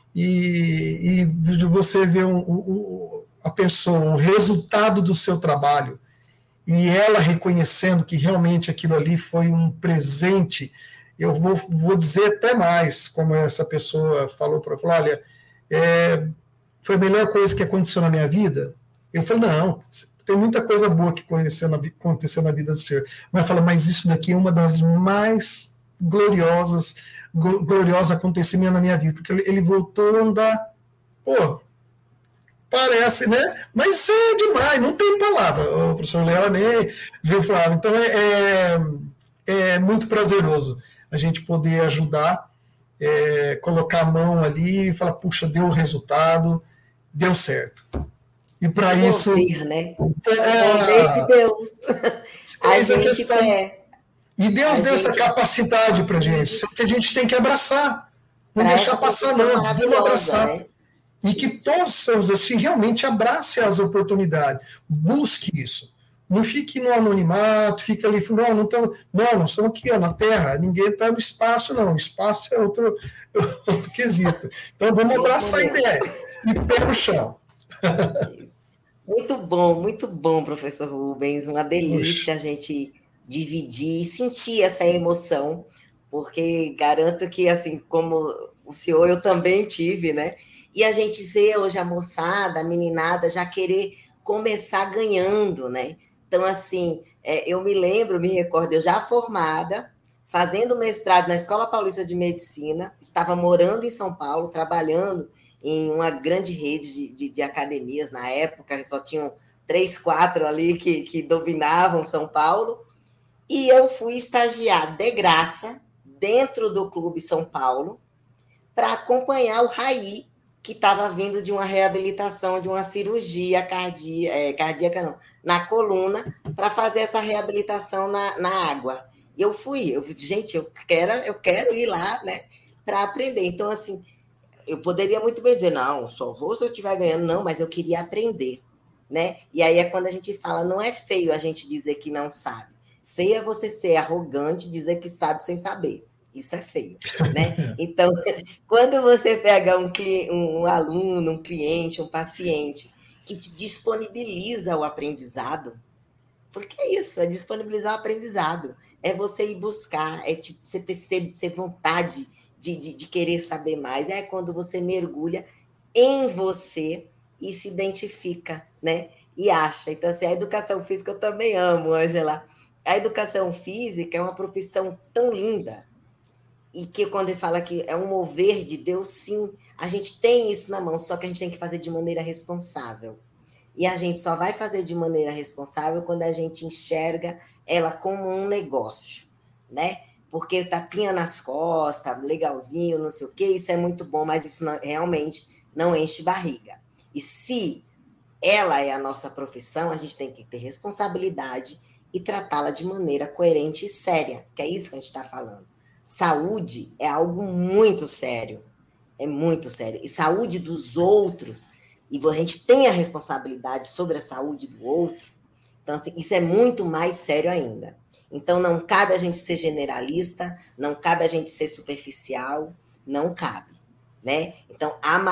e, e você vê um, um, a pessoa, o resultado do seu trabalho, e ela reconhecendo que realmente aquilo ali foi um presente. Eu vou, vou dizer até mais, como essa pessoa falou para falar, olha, é, foi a melhor coisa que aconteceu na minha vida. Eu falei, não, tem muita coisa boa que aconteceu na, aconteceu na vida do senhor. Mas fala, mas isso daqui é uma das mais gloriosas, gloriosos acontecimentos na minha vida, porque ele, ele voltou a andar, pô, parece, né? Mas é demais, não tem palavra. O professor Léo nem viu falar. Então é, é, é muito prazeroso a gente poder ajudar, é, colocar a mão ali e falar, puxa, deu o resultado, deu certo. E para isso. Ver, né? É, de Deus. A gente quer. E Deus deu essa capacidade para a gente, só que a gente tem que abraçar, não pra deixar passar, não. Vamos abraçar. Né? E que isso. Todos os seus assim, realmente abracem as oportunidades. Busque isso. Não fique no anonimato, fica ali, não, não estamos. Não, nós estamos aqui ó, na Terra, ninguém está no espaço, não. O espaço é outro, outro quesito. Então vamos abraçar a ideia. E pé no chão. Muito bom, muito bom, professor Rubens. Uma delícia Puxa. a gente dividir e sentir essa emoção, porque garanto que, assim, como o senhor, eu também tive, né? E a gente vê hoje a moçada, a meninada, já querer começar ganhando, né? Então, assim, é, eu me lembro, me recordo, eu já formada, fazendo mestrado na Escola Paulista de Medicina, estava morando em São Paulo, trabalhando em uma grande rede de, de, de academias na época, só tinham três, quatro ali que, que dominavam São Paulo, e eu fui estagiar de graça dentro do Clube São Paulo para acompanhar o Raí, que estava vindo de uma reabilitação, de uma cirurgia cardíaca, é, cardíaca não, na coluna, para fazer essa reabilitação na, na água. Eu fui, eu gente, eu quero, eu quero ir lá, né, para aprender. Então, assim, eu poderia muito bem dizer, não, só vou se eu estiver ganhando, não, mas eu queria aprender, né? E aí é quando a gente fala, não é feio a gente dizer que não sabe. Feio é você ser arrogante, dizer que sabe sem saber. Isso é feio, né? Então, quando você pega um, um, um aluno, um cliente, um paciente que te disponibiliza o aprendizado, porque é isso, é disponibilizar o aprendizado, é você ir buscar, é te, você ter, ter, ter vontade de, de, de querer saber mais, é quando você mergulha em você e se identifica, né? E acha. Então, assim, a educação física eu também amo, Ângela. A educação física é uma profissão tão linda, e que quando ele fala que é um mover de Deus, sim, a gente tem isso na mão, só que a gente tem que fazer de maneira responsável. E a gente só vai fazer de maneira responsável quando a gente enxerga ela como um negócio, né? Porque tapinha nas costas, legalzinho, não sei o quê, isso é muito bom, mas isso não, realmente não enche barriga. E se ela é a nossa profissão, a gente tem que ter responsabilidade e tratá-la de maneira coerente e séria, que é isso que a gente está falando. Saúde é algo muito sério, é muito sério. E saúde dos outros, e a gente tem a responsabilidade sobre a saúde do outro, então, assim, isso é muito mais sério ainda. Então, não cabe a gente ser generalista, não cabe a gente ser superficial, não cabe, né? Então,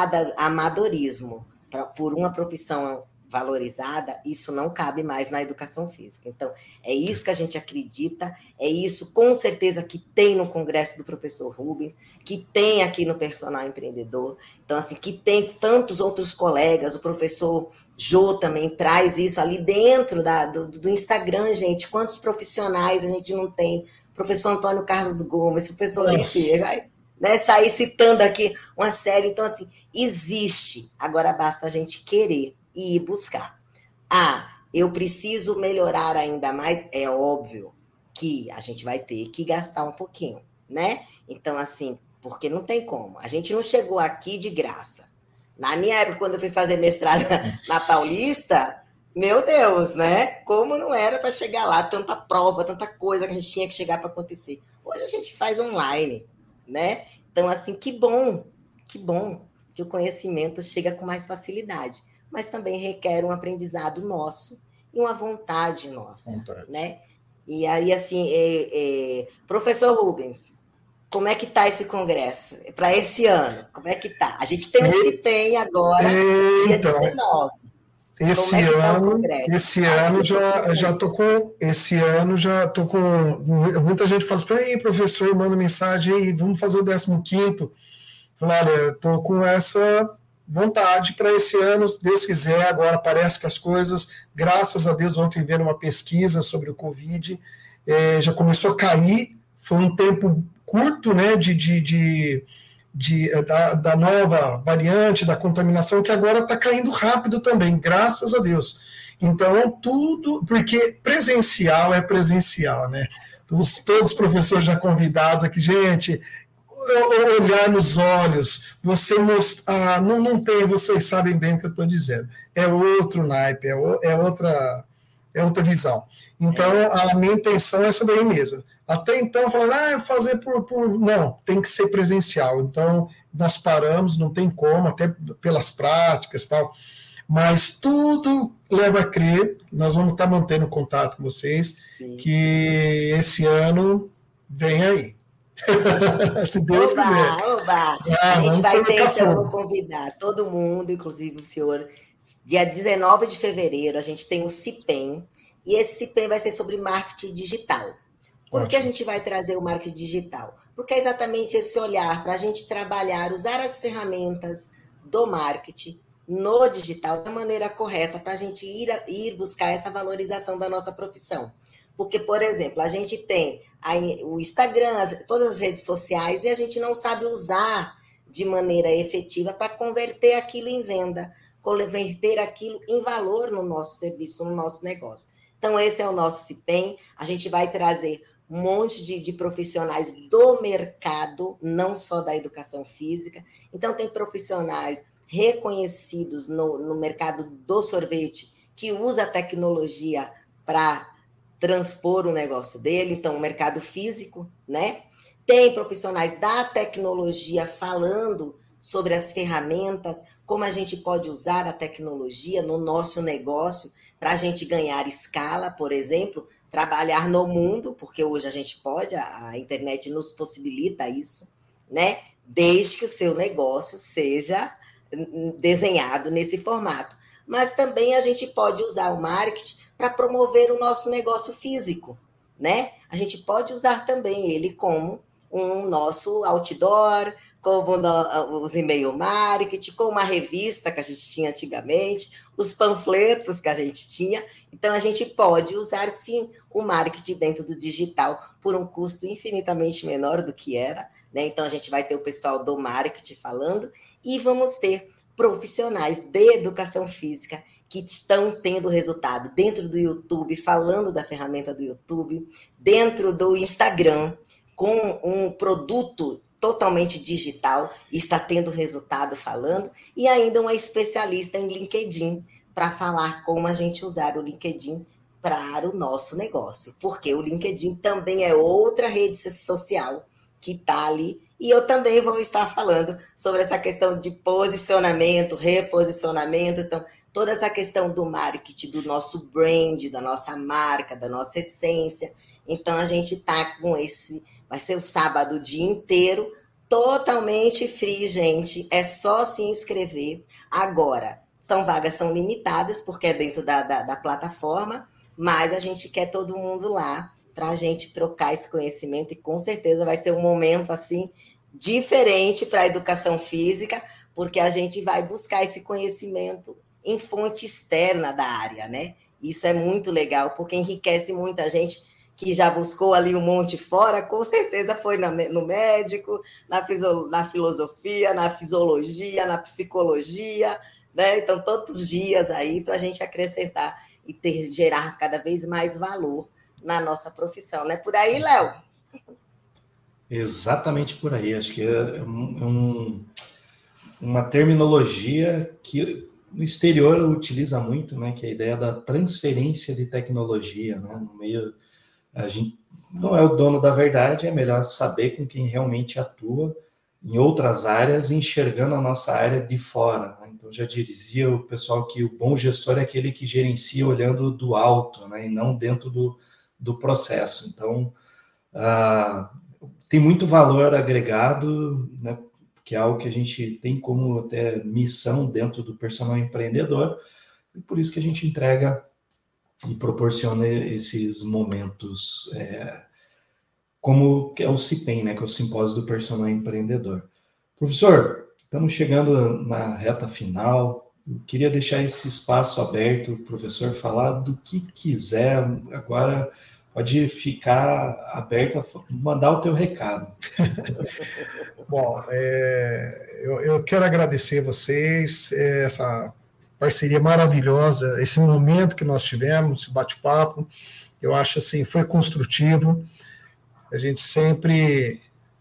amadorismo pra, por uma profissão valorizada, isso não cabe mais na educação física. Então, é isso que a gente acredita, é isso com certeza que tem no congresso do professor Rubens, que tem aqui no Personal Empreendedor, então assim, que tem tantos outros colegas, o professor Jô também traz isso ali dentro da, do, do Instagram, gente, quantos profissionais a gente não tem, professor Antônio Carlos Gomes, professor Lentir, vai, né, sair citando aqui uma série, então assim, existe, agora basta a gente querer e ir buscar. Ah, eu preciso melhorar ainda mais, é óbvio que a gente vai ter que gastar um pouquinho, né? Então, assim, porque não tem como. A gente não chegou aqui de graça. Na minha época, quando eu fui fazer mestrado na Paulista, meu Deus, né? Como não era para chegar lá, tanta prova, tanta coisa que a gente tinha que chegar para acontecer. Hoje a gente faz online, né? Então, assim, que bom, que bom que o conhecimento chega com mais facilidade, mas também requer um aprendizado nosso e uma vontade nossa, vontade. Né? E aí, assim, é, é... professor Rubens, como é que está esse congresso? Para esse ano, como é que está? A gente tem um CIPEM agora, dia então, dezenove. Esse como é que ano, tá o congresso? esse ah, ano já, já tô com, esse ano já tô com, muita gente fala assim, aí professor, manda mensagem aí, vamos fazer o décimo quinto. Falei, olha, tô com essa vontade para esse ano, se Deus quiser. Agora parece que as coisas, graças a Deus, ontem vendo uma pesquisa sobre o Covid, é, já começou a cair, foi um tempo curto, né, de, de, de, de da, da nova variante, da contaminação, que agora está caindo rápido também, graças a Deus. Então, tudo, porque presencial é presencial, né? Os, todos os professores já convidados aqui, gente, olhar nos olhos, você mostrar, ah, não, não tem, vocês sabem bem o que eu estou dizendo, é outro naipe, é, o, é, outra, é outra visão. Então, a minha intenção é essa daí mesmo. Até então, falando, ah, fazer por, por... Não, tem que ser presencial. Então, nós paramos, não tem como, até pelas práticas e tal, mas tudo leva a crer, nós vamos estar mantendo contato com vocês, sim, que esse ano vem aí. Se Deus oba, quiser. Oba. Ah, a gente vai ter, então, vou convidar todo mundo, inclusive o senhor, dia dezenove de fevereiro, a gente tem o CIPEM, e esse CIPEM vai ser sobre marketing digital. Por Ótimo. que a gente vai trazer o marketing digital? Porque é exatamente esse olhar para a gente trabalhar, usar as ferramentas do marketing no digital da maneira correta para a gente ir, ir buscar essa valorização da nossa profissão. Porque, por exemplo, a gente tem aí o Instagram, as, todas as redes sociais, e a gente não sabe usar de maneira efetiva para converter aquilo em venda, converter aquilo em valor no nosso serviço, no nosso negócio. Então, esse é o nosso CIPEM. A gente vai trazer um monte de, de profissionais do mercado, não só da educação física. Então, tem profissionais reconhecidos no, no mercado do sorvete que usa a tecnologia para transpor o negócio dele, então o mercado físico, né? Tem profissionais da tecnologia falando sobre as ferramentas, como a gente pode usar a tecnologia no nosso negócio para a gente ganhar escala, por exemplo, trabalhar no mundo, porque hoje a gente pode, a, a internet nos possibilita isso, né? Desde que o seu negócio seja desenhado nesse formato. Mas também a gente pode usar o marketing para promover o nosso negócio físico, né? A gente pode usar também ele como um nosso outdoor, como no, os e-mail marketing, como uma revista que a gente tinha antigamente, os panfletos que a gente tinha. Então, a gente pode usar, sim, o marketing dentro do digital por um custo infinitamente menor do que era, né? Então, a gente vai ter o pessoal do marketing falando e vamos ter profissionais de educação física que estão tendo resultado dentro do YouTube, falando da ferramenta do YouTube, dentro do Instagram, com um produto totalmente digital, e está tendo resultado falando, e ainda uma especialista em LinkedIn, para falar como a gente usar o LinkedIn para o nosso negócio, porque o LinkedIn também é outra rede social que está ali, e eu também vou estar falando sobre essa questão de posicionamento, reposicionamento, então, toda essa questão do marketing, do nosso brand, da nossa marca, da nossa essência. Então, a gente está com esse... Vai ser o sábado o dia inteiro, totalmente free, gente. É só se inscrever. Agora, são vagas, são limitadas, porque é dentro da, da, da plataforma, mas a gente quer todo mundo lá para a gente trocar esse conhecimento e, com certeza, vai ser um momento, assim, diferente para a educação física, porque a gente vai buscar esse conhecimento em fonte externa da área, né? Isso é muito legal, porque enriquece muita gente que já buscou ali um monte fora, com certeza foi no médico, na, na filosofia, na fisiologia, na psicologia, né? Então, todos os dias aí para a gente acrescentar e ter, gerar cada vez mais valor na nossa profissão, né? Por aí, Léo? Exatamente por aí. Acho que é um, uma terminologia que no exterior utiliza muito, né? Que é a ideia da transferência de tecnologia, né? No meio, a gente não é o dono da verdade, é melhor saber com quem realmente atua em outras áreas, enxergando a nossa área de fora, né? Então, já dizia o pessoal que o bom gestor é aquele que gerencia olhando do alto, né? E não dentro do, do processo. Então, ah, tem muito valor agregado, né? Que é algo que a gente tem como até missão dentro do personal empreendedor, e por isso que a gente entrega e proporciona esses momentos, é, como que é o CIPEM, né, que é o Simpósio do Personal Empreendedor. Professor, estamos chegando na reta final, eu queria deixar esse espaço aberto, o professor falar do que quiser, agora pode ficar aberto a mandar o teu recado. Bom, é, eu, eu quero agradecer a vocês, essa parceria maravilhosa, esse momento que nós tivemos, esse bate-papo, eu acho assim, foi construtivo. A gente sempre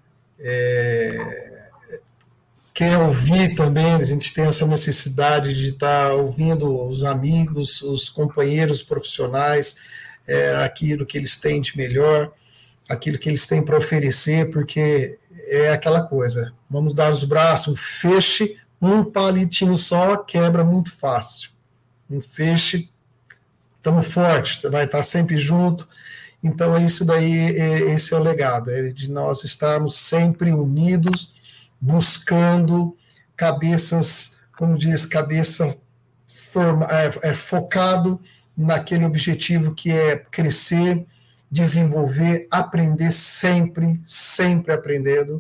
é, quer ouvir também, a gente tem essa necessidade de estar ouvindo os amigos, os companheiros profissionais, é, aquilo que eles têm de melhor, aquilo que eles têm para oferecer, porque é aquela coisa, vamos dar os braços, um feixe, um palitinho só quebra muito fácil. Um feixe, estamos fortes, você vai estar sempre junto. Então, é isso daí, esse é o legado, é de nós estarmos sempre unidos, buscando cabeças, como diz, cabeça forma, é, é, focado naquele objetivo que é crescer, desenvolver, aprender sempre, sempre aprendendo.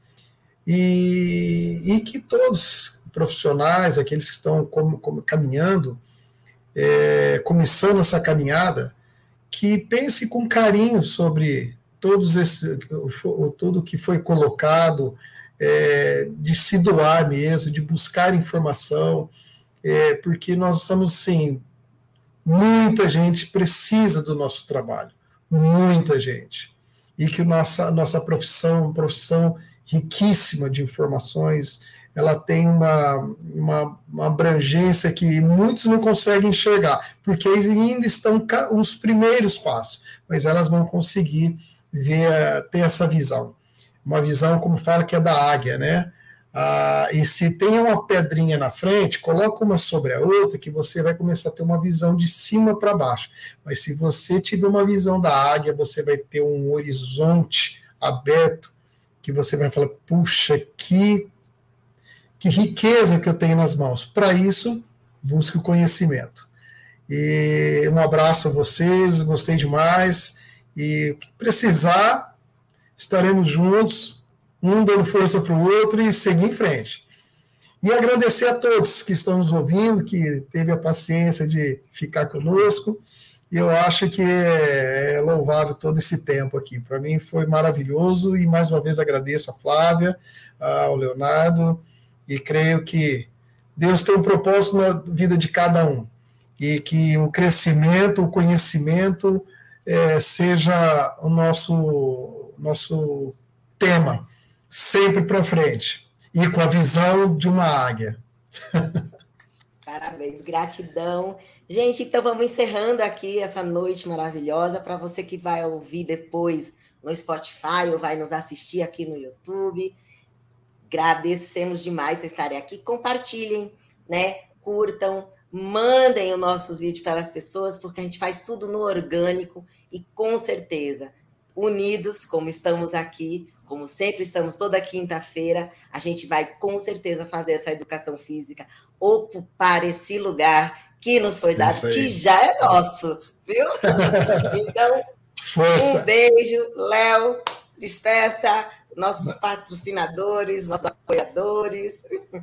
E, e que todos profissionais, aqueles que estão como, como, caminhando, é, começando essa caminhada, que pense com carinho sobre todos esse, tudo que foi colocado, é, de se doar mesmo, de buscar informação, é, porque nós somos, sim, muita gente precisa do nosso trabalho, muita gente, e que nossa, nossa profissão, profissão riquíssima de informações, ela tem uma, uma, uma abrangência que muitos não conseguem enxergar, porque ainda estão os primeiros passos, mas elas vão conseguir ver, ter essa visão. Uma visão, como fala, que é da águia, né? Ah, e se tem uma pedrinha na frente, coloca uma sobre a outra, que você vai começar a ter uma visão de cima para baixo. Mas se você tiver uma visão da águia, você vai ter um horizonte aberto, que você vai falar, puxa, que Que riqueza que eu tenho nas mãos. Para isso, busque o conhecimento. E um abraço a vocês, gostei demais. E o que precisar, estaremos juntos, um dando força para o outro e seguir em frente. E agradecer a todos que estão nos ouvindo, que teve a paciência de ficar conosco. E eu acho que é louvável todo esse tempo aqui. Para mim foi maravilhoso e mais uma vez agradeço a Flávia, ao Leonardo, e creio que Deus tem um propósito na vida de cada um, e que o crescimento, o conhecimento é, seja o nosso, nosso tema, sempre para frente, e com a visão de uma águia. Parabéns, gratidão. Gente, então vamos encerrando aqui essa noite maravilhosa. Para você que vai ouvir depois no Spotify ou vai nos assistir aqui no YouTube, agradecemos demais vocês estarem aqui. Compartilhem, né? Curtam, mandem os nossos vídeos para as pessoas, porque a gente faz tudo no orgânico e com certeza, unidos, como estamos aqui, como sempre estamos toda quinta-feira, a gente vai com certeza fazer essa educação física, ocupar esse lugar que nos foi dado, que já é nosso, viu? Então, Força. Um beijo, Léo, despeça nossos patrocinadores, nossos apoiadores.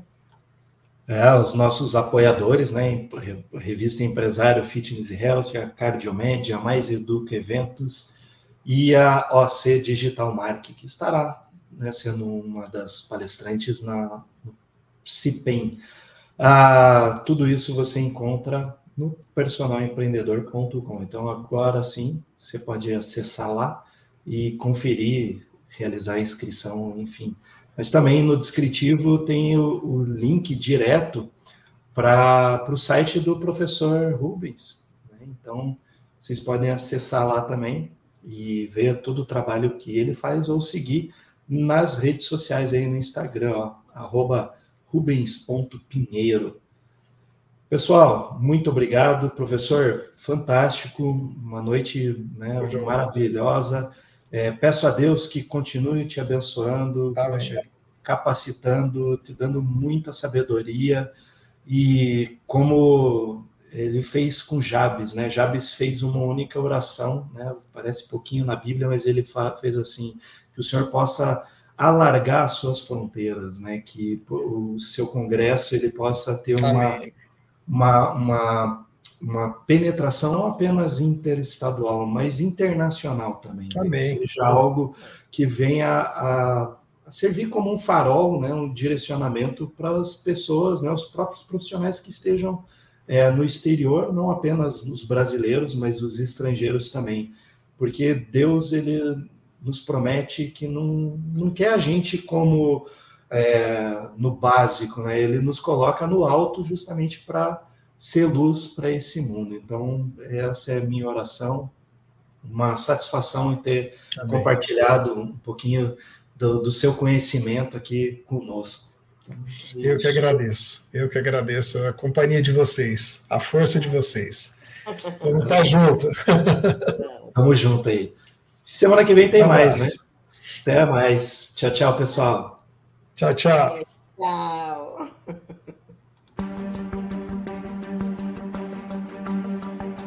É, os nossos apoiadores, né? Revista Empresário Fitness e Health, a Cardiomed, a Mais Educa Eventos e a O C Digital Mark, que estará, né, sendo uma das palestrantes na, no CIPEM. Ah, tudo isso você encontra no personal empreendedor ponto com. Então, agora sim, você pode acessar lá e conferir, realizar a inscrição, enfim. Mas também no descritivo tem o, o link direto para o site do professor Rubens, né? Então, vocês podem acessar lá também e ver todo o trabalho que ele faz ou seguir nas redes sociais aí no Instagram, ó, arroba rubens ponto pinheiro. Pessoal, muito obrigado, professor, fantástico, uma noite, né, maravilhosa. É, peço a Deus que continue te abençoando, te capacitando, te dando muita sabedoria, e como ele fez com Jabes, né? Jabes fez uma única oração, né? Parece pouquinho na Bíblia, mas ele fez assim, que o Senhor possa alargar as suas fronteiras, né? Que o seu congresso ele possa ter uma, uma, uma, uma penetração não apenas interestadual, mas internacional também. Amém. Que seja algo que venha a, a servir como um farol, né? Um direcionamento para as pessoas, né? Os próprios profissionais que estejam é, no exterior, não apenas os brasileiros, mas os estrangeiros também. Porque Deus, ele nos promete que não, não quer a gente como é, no básico, né? Ele nos coloca no alto justamente para ser luz para esse mundo. Então, essa é a minha oração, uma satisfação em ter Amém. Compartilhado um pouquinho do, do seu conhecimento aqui conosco. Então, eu que agradeço, eu que agradeço a companhia de vocês, a força de vocês. Vamos estar junto. Tamo junto aí. Semana que vem tem mais, né? Até mais. Tchau, tchau, pessoal. Tchau, tchau. Tchau.